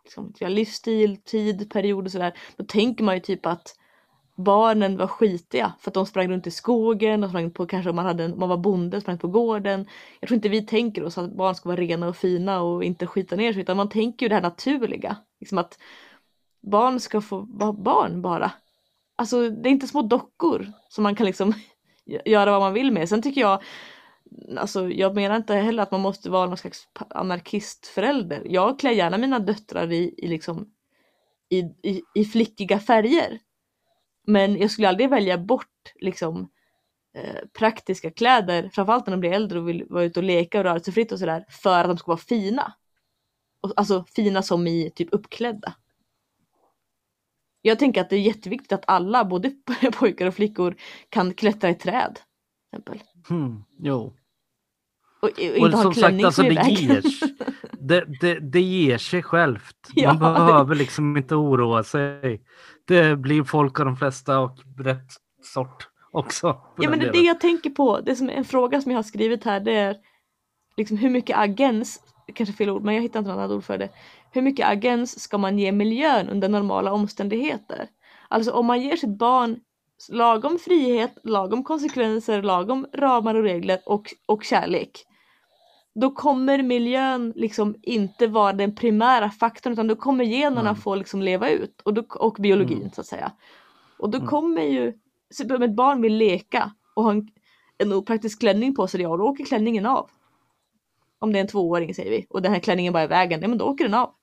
liksom, ja, livsstil, tid, period och sådär. Då tänker man ju typ att barnen var skitiga för att de sprang runt i skogen och sprang på, kanske om man, hade en, man var bonde, sprang på gården. Jag tror inte vi tänker oss att barn ska vara rena och fina och inte skita ner sig, utan man tänker ju det här naturliga. Liksom att barn ska få vara barn bara. Alltså det är inte små dockor som man kan liksom göra vad man vill med. Sen tycker jag, alltså jag menar inte heller att man måste vara någon slags anarkistförälder. Jag klär gärna mina döttrar i, i liksom i, i, i flickiga färger. Men jag skulle aldrig välja bort liksom eh, praktiska kläder, framförallt när de blir äldre och vill vara ute och leka och röra sig fritt och sådär, för att de ska vara fina. Och, alltså fina som i typ uppklädda. Jag tänker att det är jätteviktigt att alla, både pojkar och flickor, kan klättra i träd. Till exempel. Hmm, jo. Och, och inte ha en klänning sagt, som alltså, är det, iväg. ger, det, det, det ger sig självt. Ja, Man behöver liksom inte oroa sig. Det blir folk av de flesta och rätt sort också. Ja, men det är det jag tänker på. Det som är en fråga som jag har skrivit här, det är liksom hur mycket agens, kanske fel ord, men jag hittar inte något annat ord för det. Hur mycket agens ska man ge miljön under normala omständigheter? Alltså om man ger sitt barn lagom frihet, lagom konsekvenser, lagom ramar och regler och, och kärlek, då kommer miljön liksom inte vara den primära faktorn, utan då kommer generna mm. få liksom leva ut och, då, och biologin mm. så att säga. Och då mm. kommer ju, så om ett barn vill leka och ha en, en opraktisk klänning på sig, ja, då åker klänningen av. Om det är en tvååring säger vi, och den här klänningen bara är i vägen, ja men då åker den av.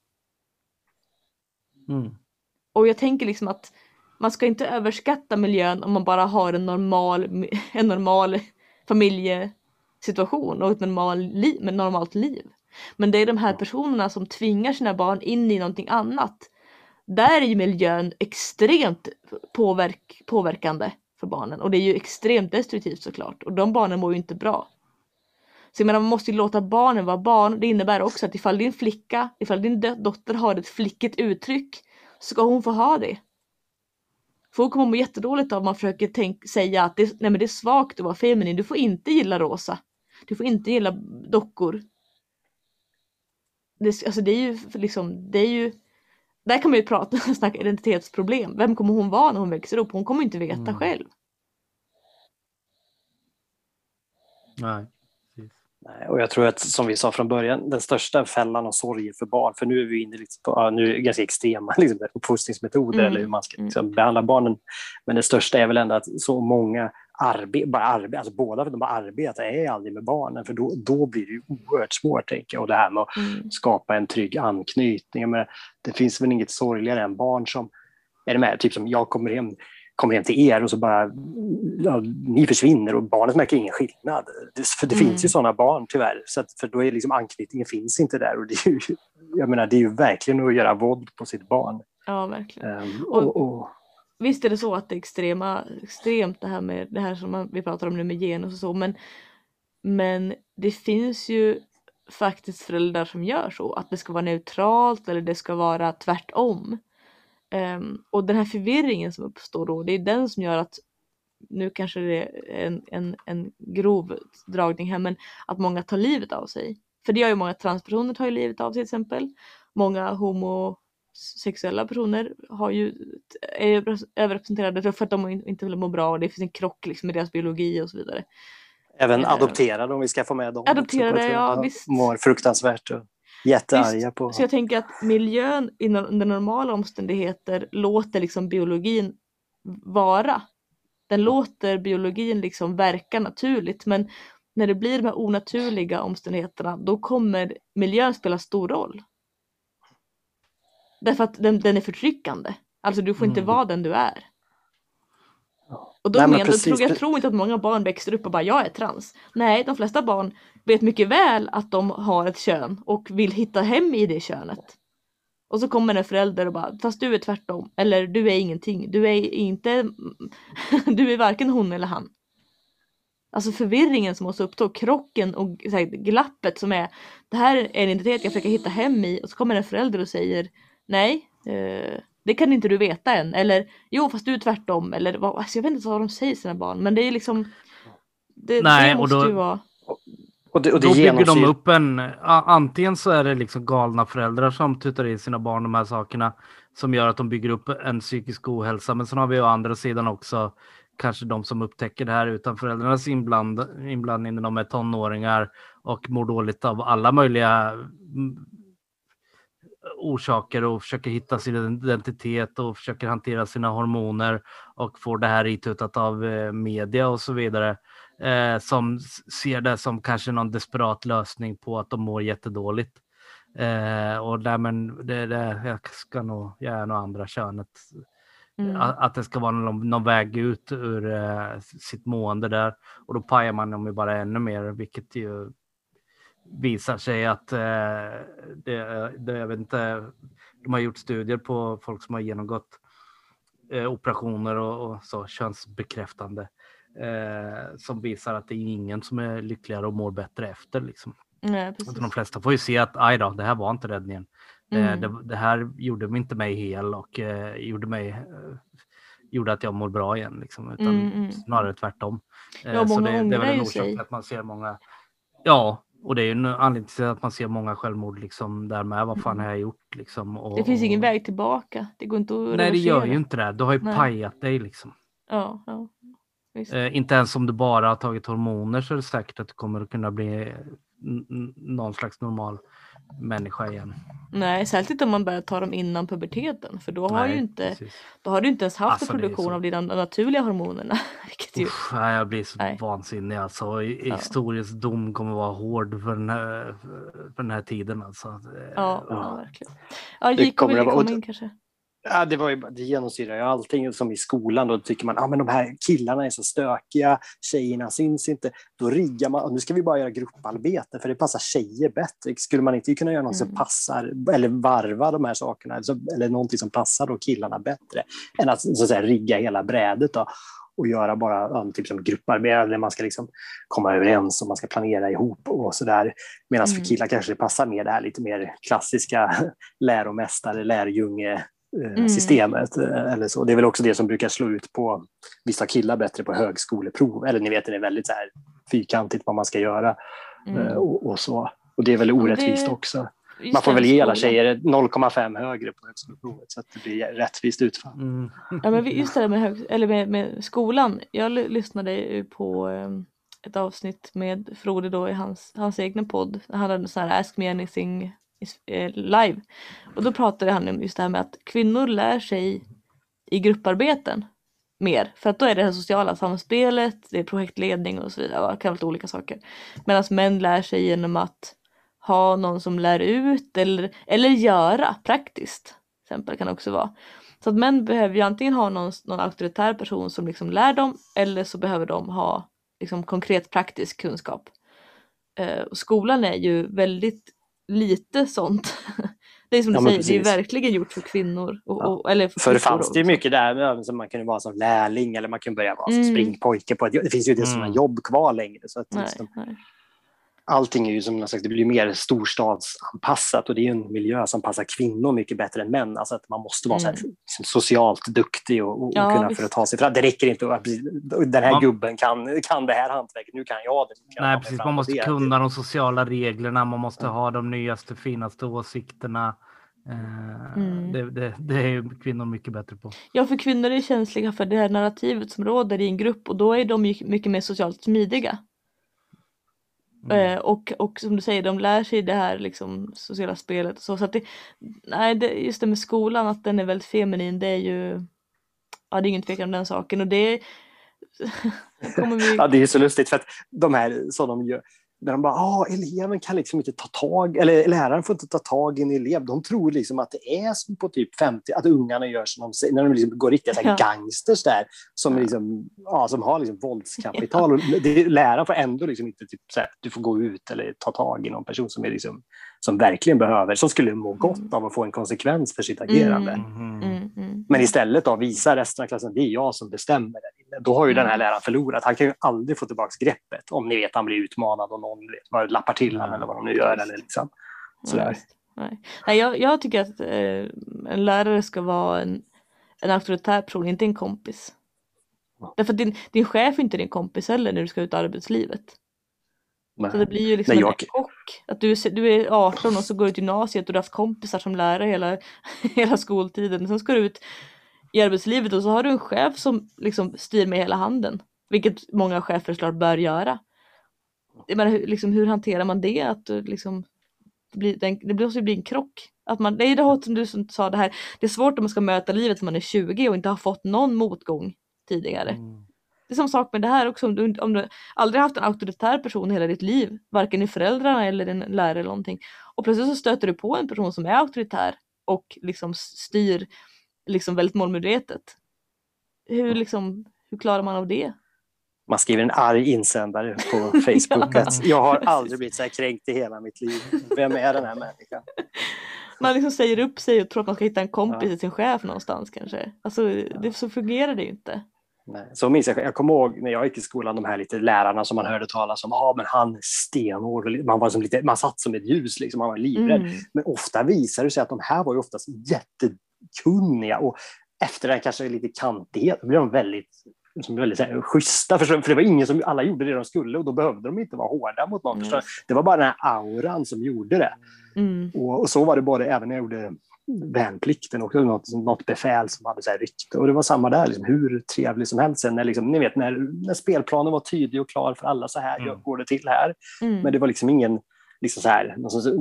Mm. Och jag tänker liksom att man ska inte överskatta miljön om man bara har en normal, en normal familjesituation och ett normal liv, med normalt liv. Men det är de här personerna som tvingar sina barn in i någonting annat. Där är ju miljön extremt påverk, påverkande för barnen. Och det är ju extremt destruktivt såklart. Och de barnen mår ju inte bra. Så jag menar, man måste ju låta barnen vara barn. Det innebär också att ifall din flicka, ifall din dotter har ett flickigt uttryck, så ska hon få ha det. För hon kommer må jättedåligt av om man försöker tänk, säga att det, nej men det är svagt att vara feminin. Du får inte gilla rosa. Du får inte gilla dockor. Det, alltså det är ju liksom, det är ju, där kan man ju prata och snacka identitetsproblem. Vem kommer hon vara när hon växer upp? Hon kommer inte veta mm. själv. Nej. Nej, och jag tror att, som vi sa från början, den största fällan och sorgen för barn, för nu är vi inne liksom på, ja, nu är det ganska extrema liksom, uppfostringsmetoder mm. eller hur man ska liksom, behandla barnen. Men det största är väl ändå att så många arbe- bara arbe- alltså båda för de bara arbetar är aldrig med barnen, för då, då blir det ju oerhört svårt, tänker jag. Och det här med att mm. skapa en trygg anknytning. Men det finns väl inget sorgligare än barn som är det med, typ som jag kommer hem kommer hem till er och så bara ja, ni försvinner och barnet märker ingen skillnad. Det, för det mm. finns ju sådana barn tyvärr, så att, för då är liksom anknytningen finns inte där, och det är ju, jag menar, det är ju verkligen att göra våld på sitt barn. Ja, verkligen. Um, och, och, och, visst är det så att det är extrema, extremt det här med det här som man, vi pratar om nu med genus och så, men, men det finns ju faktiskt föräldrar som gör så, att det ska vara neutralt eller det ska vara tvärtom. Um, och den här förvirringen som uppstår då, det är den som gör att, nu kanske det är en, en, en grov dragning här, men att många tar livet av sig. För det gör ju många transpersoner tar ju livet av sig till exempel. Många homosexuella personer har ju, är överrepresenterade för att de inte vill må bra och det finns en krock liksom med deras biologi och så vidare. Även uh, adopterade, om vi ska få med dem. Adopterade, ja visst. Mår fruktansvärt och jättearga på. Så jag tänker att miljön under normala omständigheter låter liksom biologin vara. Den låter biologin liksom verka naturligt, men när det blir de här onaturliga omständigheterna, då kommer miljön spela stor roll. Därför att den, den är förtryckande. Alltså du får inte mm. vara den du är. Och då Nej, men men precis, tror, jag tror inte att många barn växer upp och bara, jag är trans. Nej, de flesta barn vet mycket väl att de har ett kön och vill hitta hem i det könet. Och så kommer en förälder och bara, fast du är tvärtom. Eller du är ingenting. Du är inte, du är varken hon eller han. Alltså förvirringen som måste uppstå, krocken och så här, glappet som är, det här är en identitet jag försöker hitta hem i. Och så kommer en förälder och säger, nej, eh, det kan inte du veta än. Eller, jo fast du är tvärtom. Eller, alltså, jag vet inte vad de säger sina barn. Men det är liksom, det, nej, det måste och då, ju vara. Och det, och det Då bygger de genomsyr- upp en, a- antingen så är det liksom galna föräldrar som tutar i sina barn de här sakerna som gör att de bygger upp en psykisk ohälsa. Men sen har vi å andra sidan också kanske de som upptäcker det här utan föräldrarnas inbland, inblandning när de är tonåringar och mår dåligt av alla möjliga mm, orsaker och försöker hitta sin identitet och försöker hantera sina hormoner och får det här itutat av eh, media och så vidare. Eh, som s- ser det som kanske någon desperat lösning på att de mår jättedåligt. Eh, och där, men det, det, jag ska nog, jag är nog andra könet. Mm. Att, att det ska vara någon, någon väg ut ur eh, sitt mående där. Och då pajar man dem ju bara ännu mer, vilket ju visar sig att eh, det, det, jag vet inte, de har gjort studier på folk som har genomgått eh, operationer och, och så könsbekräftande eh, som visar att det är ingen som är lyckligare och mår bättre efter liksom. Nej, precis. De flesta får ju se att aj då, det här var inte räddningen. Mm. Det, det, det här gjorde inte mig hel och eh, gjorde mig eh, gjorde att jag mår bra igen liksom, utan Mm, mm. snarare tvärtom. Eh, Ja, så många det, det är ångrar väl en ju orsak sig. till att man ser många. Ja, och det är ju en anledning till att man ser många självmord liksom där med. Vad fan har jag gjort liksom? Och, Det finns ingen och... väg tillbaka. Det går inte att Nej, det reversera. gör ju inte det. Du har ju Nej. pajat dig liksom. Ja, ja. Visst. Eh, inte ens om du bara har tagit hormoner så är det säkert att du kommer att kunna bli n- n- någon slags normal människa igen. Nej, särskilt om man börjar ta dem innan puberteten. För då har, Nej, ju inte, precis. då har du inte ens haft Alltså, en det är produktion så. av dina naturliga hormonerna. Vilket ju, Uff, nej, jag blir så Nej. vansinnig alltså. I- Ja. Historisk dom kommer vara hård för den här, för den här tiden alltså. Eh, ja, ja, Ja. verkligen. Ja, Det J K kommer vill att vara- komma in kanske. Ja, det, var ju, det genomsyrar ju allting som i skolan. Då tycker man att ah, men de här killarna är så stökiga, tjejerna syns inte. Då riggar man, och nu ska vi bara göra grupparbete för det passar tjejer bättre. Skulle man inte kunna göra något Mm. som passar, eller varva de här sakerna, eller, så, eller någonting som passar då killarna bättre än att, så att säga, rigga hela brädet då, och göra bara ja, typ som grupparbete där man ska liksom komma överens och man ska planera ihop och sådär. Medan Mm. för killar kanske det passar mer det här lite mer klassiska läromästare, lärjunge Mm. systemet eller så. Det är väl också det som brukar slå ut på vissa killar bättre på högskoleprov. Eller ni vet, det är väldigt så här fyrkantigt vad man ska göra Mm. och, och så. Och det är väl orättvist det- också. Just Man får det, väl ge alla skolan. tjejer noll komma fem högre på högskoleprovet så att det blir rättvist utfall. Mm. Ja, men vi- just det där med, hög, eller med, med skolan. Jag l- lyssnade ju på um, ett avsnitt med Frode då i hans, hans egna podd. Han hade en sån här Ask Me Anything eh, live. Och då pratade han om just det här med att kvinnor lär sig i grupparbeten mer. För att då är det det sociala samspelet, det är projektledning och så vidare. Och kan vara olika saker. Medan män lär sig genom att ha någon som lär ut eller, eller göra praktiskt. Till exempel kan det också vara. Så att män behöver ju antingen ha någon, någon auktoritär person som liksom lär dem eller så behöver de ha liksom konkret praktisk kunskap. Eh, och skolan är ju väldigt lite sånt. Det är som du Ja, men säger, det är precis. verkligen gjort för kvinnor. Och, Ja. och, eller för För det flickor fanns det ju också. mycket där som man kunde vara som lärling eller man kunde börja vara som Mm. springpojke på ett, det finns ju inte sådana Mm. jobb kvar längre så att Nej, liksom, nej. allting är ju som sagt, det blir mer storstadsanpassat och det är ju en miljö som passar kvinnor mycket bättre än män. Alltså att man måste vara Mm. så här, liksom, socialt duktig och, och Ja, kunna visst. för att ta sig fram. Det räcker inte att den här Man- gubben kan, kan det här hantverket, nu kan jag det. Nu kan jag ta Nej, mig precis. fram Man på måste det. kunna de sociala reglerna. Man måste ha de nyaste, finaste åsikterna. Eh, Mm. det, det, det är ju kvinnor mycket bättre på. Ja, för kvinnor är känsliga för det här narrativet som råder i en grupp och då är de ju mycket mer socialt smidiga. Mm. Eh, och, och som du säger, de lär sig det här liksom, sociala spelet och så. Så att det, nej, det, just det med skolan, att den är väldigt feminin, det är ju, ja, det är ingen tvekan om den saken. Och det kommer vi... Ja, det är så lustigt för att de här som de gör, när de bara, ah, eleven kan liksom inte ta tag, eller läraren får inte ta tag i en elev. De tror liksom att det är som på typ femtio, att ungarna gör som de säger, när de liksom går riktiga så här Ja. gangsters där, som, Ja. liksom, ja, som har liksom våldskapital. Och det, läraren får ändå liksom inte typ så här, du får gå ut eller ta tag i någon person som, är liksom, som verkligen behöver, som skulle må gott av att få en konsekvens för sitt agerande. Mm. Mhm. Mm, mm. Men istället då visar resten av klassen, det är jag som bestämmer där inne. Då har ju Mm. den här läraren förlorat. Han kan ju aldrig få tillbaka greppet. Om ni vet, han blir utmanad och någon vet, vad lappar till Ja, han eller vad de nu gör. visst. Eller liksom. Ja, Sådär. visst. Nej. Nej, jag, jag tycker att eh, en lärare ska vara en, en auktoritär person, inte en kompis. Ja. Därför att din, din chef är inte din kompis heller när du ska ut i arbetslivet. Så det blir ju liksom Nej, en jag... chock. Att du, är- du är arton och så går du till gymnasiet och du har haft kompisar som lärare hela, hela skoltiden. Sen ska du ut i arbetslivet och så har du en chef som liksom styr med hela handen. Vilket många chefer såklart bör göra. Jag menar, hur, liksom, hur hanterar man det? Att du liksom, det, blir, det, det blir också bli en krock. Att man, det är det här som du som sa det här. Det är svårt om man ska möta livet när man är tjugo och inte har fått någon motgång tidigare. Mm. Det är som sak med det här också. Om du, om du aldrig haft en auktoritär person i hela ditt liv. Varken i föräldrarna eller din lärare eller någonting. Och plötsligt så stöter du på en person som är auktoritär. Och liksom styr liksom väldigt målmedvetet. Hur, liksom, hur klarar man av det? Man skriver en arg insändare på Facebook Ja. att jag har aldrig blivit så här kränkt i hela mitt liv. Vem är den här människan? Man liksom säger upp sig och tror att man ska hitta en kompis Ja. i sin chef någonstans kanske. Alltså det, så fungerar det ju inte. Nej. Så minns jag, jag kommer ihåg när jag gick i skolan, de här lite lärarna som man hörde talas om. Ja, ah, men han är stenhård. Man, var som lite, man satt som ett ljus, liksom, man var livrädd. Mm. Men ofta visade det sig att de här var ju oftast jättekunniga. Och efter den kanske lite kantighet, då blev de väldigt, som väldigt så här, schyssta. För, för det var ingen som, alla gjorde det de skulle och då behövde de inte vara hårda mot någon. Mm. Det var bara den här auran som gjorde det. Mm. Och, och så var det både även när jag gjorde värnplikten och något, något befäl som hade så här rykte. Och det var samma där, liksom, hur trevligt som helst. Sen när, liksom, ni vet, när, när spelplanen var tydlig och klar för alla, så här Mm. går det till här. Mm. Men det var liksom ingen, liksom så här,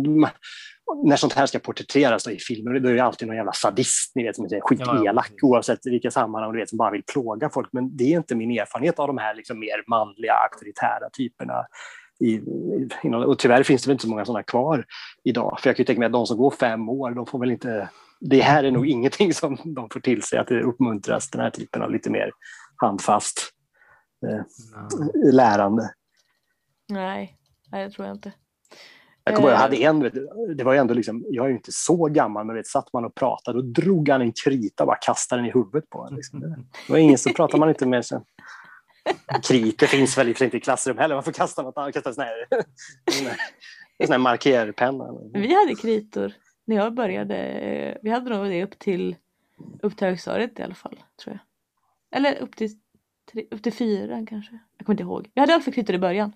när sånt här ska porträtteras då i filmer, då är det alltid någon jävla sadist, ni vet, som är skitelak, Ja, oavsett vilka sammanhang, du vet, som bara vill plåga folk. Men det är inte min erfarenhet av de här liksom mer manliga, auktoritära typerna. I, i, och tyvärr finns det väl inte så många sådana kvar idag. För jag kan ju tänka mig att de som går fem år, de får väl inte... Det här är nog ingenting som de får till sig, att det uppmuntras, den här typen av lite mer handfast eh, Ja. lärande. Nej, nej det tror jag inte. Jag kommer ihåg, jag hade Eh, en, vet du, det var ju ändå liksom, jag är ju inte så gammal, men vet, satt man och pratade och drog han en krita och bara kastade den i huvudet på en. Liksom. Det var ingen som pratade man inte med sen. Kriter finns väl inte i klassrum heller, man får kasta något annat, kasta en sån här, en sån här markerpenna. Vi hade kritor när jag började. eh, Vi hade nog det upp till upp till högstadiet i alla fall, tror jag. Eller upp till tre, upp till fyra kanske. Jag kommer inte ihåg. Vi hade i alla fall kritor i början.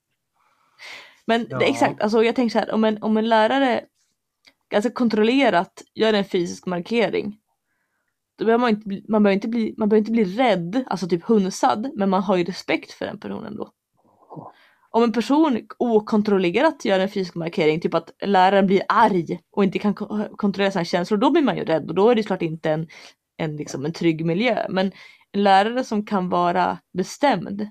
Men Ja. det, exakt, alltså jag tänker så här, om en, om en lärare ganska kontrollerat gör en fysisk markering, då behöver man inte bli, man behöver inte bli, man behöver inte bli rädd, alltså typ hunsad, men man har ju respekt för den personen då. Om en person okontrollerat gör en fysisk markering, typ att läraren blir arg och inte kan ko- kontrollera sina känslor, då blir man ju rädd och då är det såklart inte en, en, liksom en trygg miljö. Men en lärare som kan vara bestämd,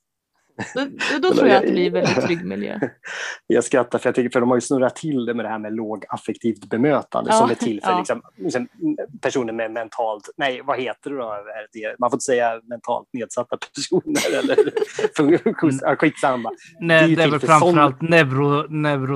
då, då tror jag att det blir en väldigt trygg miljö. Jag skrattar för jag tycker, för de har ju snurrat till det med det här med lågaffektivt bemötande, Ja, som är till för ja. liksom, liksom, personer med mentalt, nej vad heter det då? Är det, man får inte säga mentalt nedsatta personer eller funktions, ja, skitsamma. Nej, ju det är till väl för framförallt neuro,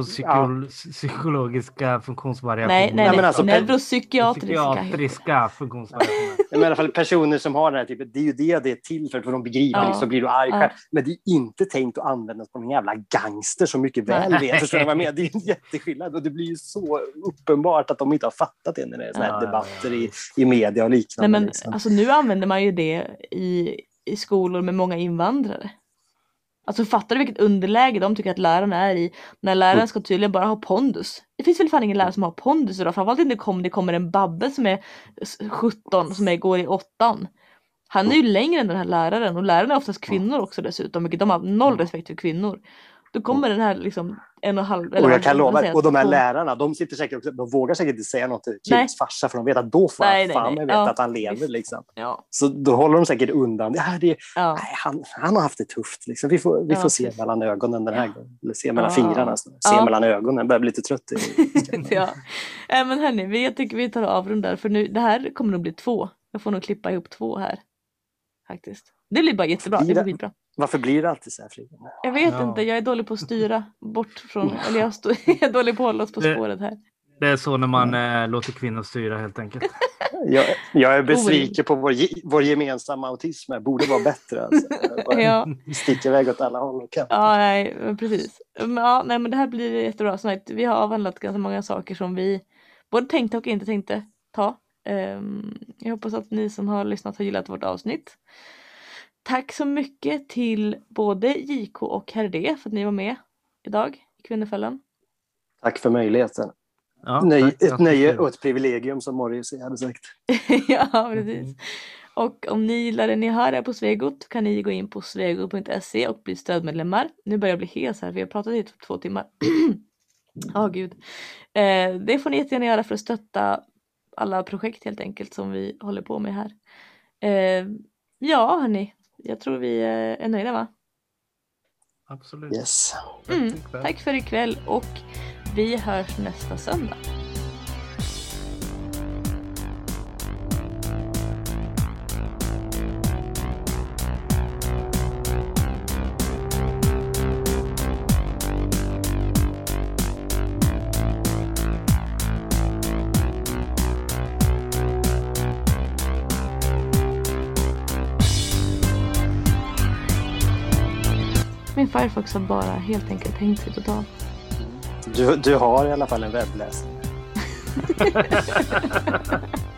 neuropsykologiska funktionsvariationer. Nej, nej, Nej, nej. men alltså, Neuropsykiatriska. Psykiatriska funktionsvariationer. Men i alla fall personer som har den här typen, det är ju det det är till för, för de begriper, Ja. liksom, blir du arg Ja. själv. Men det är inte tänkt att användas på en jävla gangster som mycket väl vet. Förstår du vad jag menar? Det är en jätteskillnad och det blir ju så uppenbart att de inte har fattat det när det är såna här Ja, ja, debatter ja. i, i media och Nej, liknande. men liksom. alltså nu använder man ju det i, i skolor med många invandrare. Alltså fattar du vilket underläge de tycker att lärarna är i, när läraren ska tydligen bara ha pondus. Det finns väl fan ingen lärare som har pondus idag, framförallt inte om det kommer en babbe som är sjutton som är, går i åttan. Han är ju längre än den här läraren och lärarna är oftast kvinnor också dessutom, vilket de har noll respekt för kvinnor. Då kommer den här liksom en och en halv... eller Och jag vad kan man lova, säger, och de här två- lärarna, de sitter säkert också, de vågar säkert inte säga något till Nej. Kims farsa, för de vet att då får Nej, han nej, fan nej. veta Ja, att han lever. visst. Liksom. Ja, Så då håller de säkert undan. Ja, det, ja. nej, han, han har haft det tufft. Liksom. Vi får, vi Ja, får se precis. mellan ögonen den här gången. Eller se mellan Ja. fingrarna. Se Ja. mellan ögonen. Jag börjar bli lite trött. I, ja. Äh, men hörni, vi, jag tycker vi tar och avrundar för nu, det här kommer nog bli två. Jag får nog klippa ihop två här. Faktiskt. Det blir bara jättebra. Det Blir blir det? skitbra. Varför blir det alltid så här, Frida? Jag vet Ja. inte, jag är dålig på att styra bort från, eller jag, stå, jag är dålig på att hålla oss på Det- spåret här. Det är så när man eh, låter kvinnor styra helt enkelt. Jag, jag är besviken på vår, ge- vår gemensamma autism. Det borde vara bättre. Alltså. Jag bara Ja, sticker iväg åt alla håll och kanter. ja nej, men precis. Men, ja, nej, men det här blir jättebra. Så att vi har avhandlat ganska många saker som vi både tänkte och inte tänkte ta. Ehm, jag hoppas att ni som har lyssnat har gillat vårt avsnitt. Tack så mycket till både J K och Herr D för att ni var med idag i Kvinnofällan. Tack för möjligheten. Ja, Nej, tack. ett nöje och ett privilegium som Morris hade sagt. Ja, precis. Och om ni gillar det ni hör här på Svegot kan ni gå in på svegot punkt se och bli stödmedlemmar. Nu börjar jag bli hes här för jag har pratat i typ två timmar. Ja, oh, gud. Eh, det får ni jättegärna göra för att stötta alla projekt helt enkelt som vi håller på med här. Eh, ja, hörni. Jag tror vi är nöjda, va? Absolut. Yes. Mm, tack för ikväll och vi hörs nästa söndag. Min Firefox har bara helt enkelt hängt sig totalt. Du, du har i alla fall en webbläsare.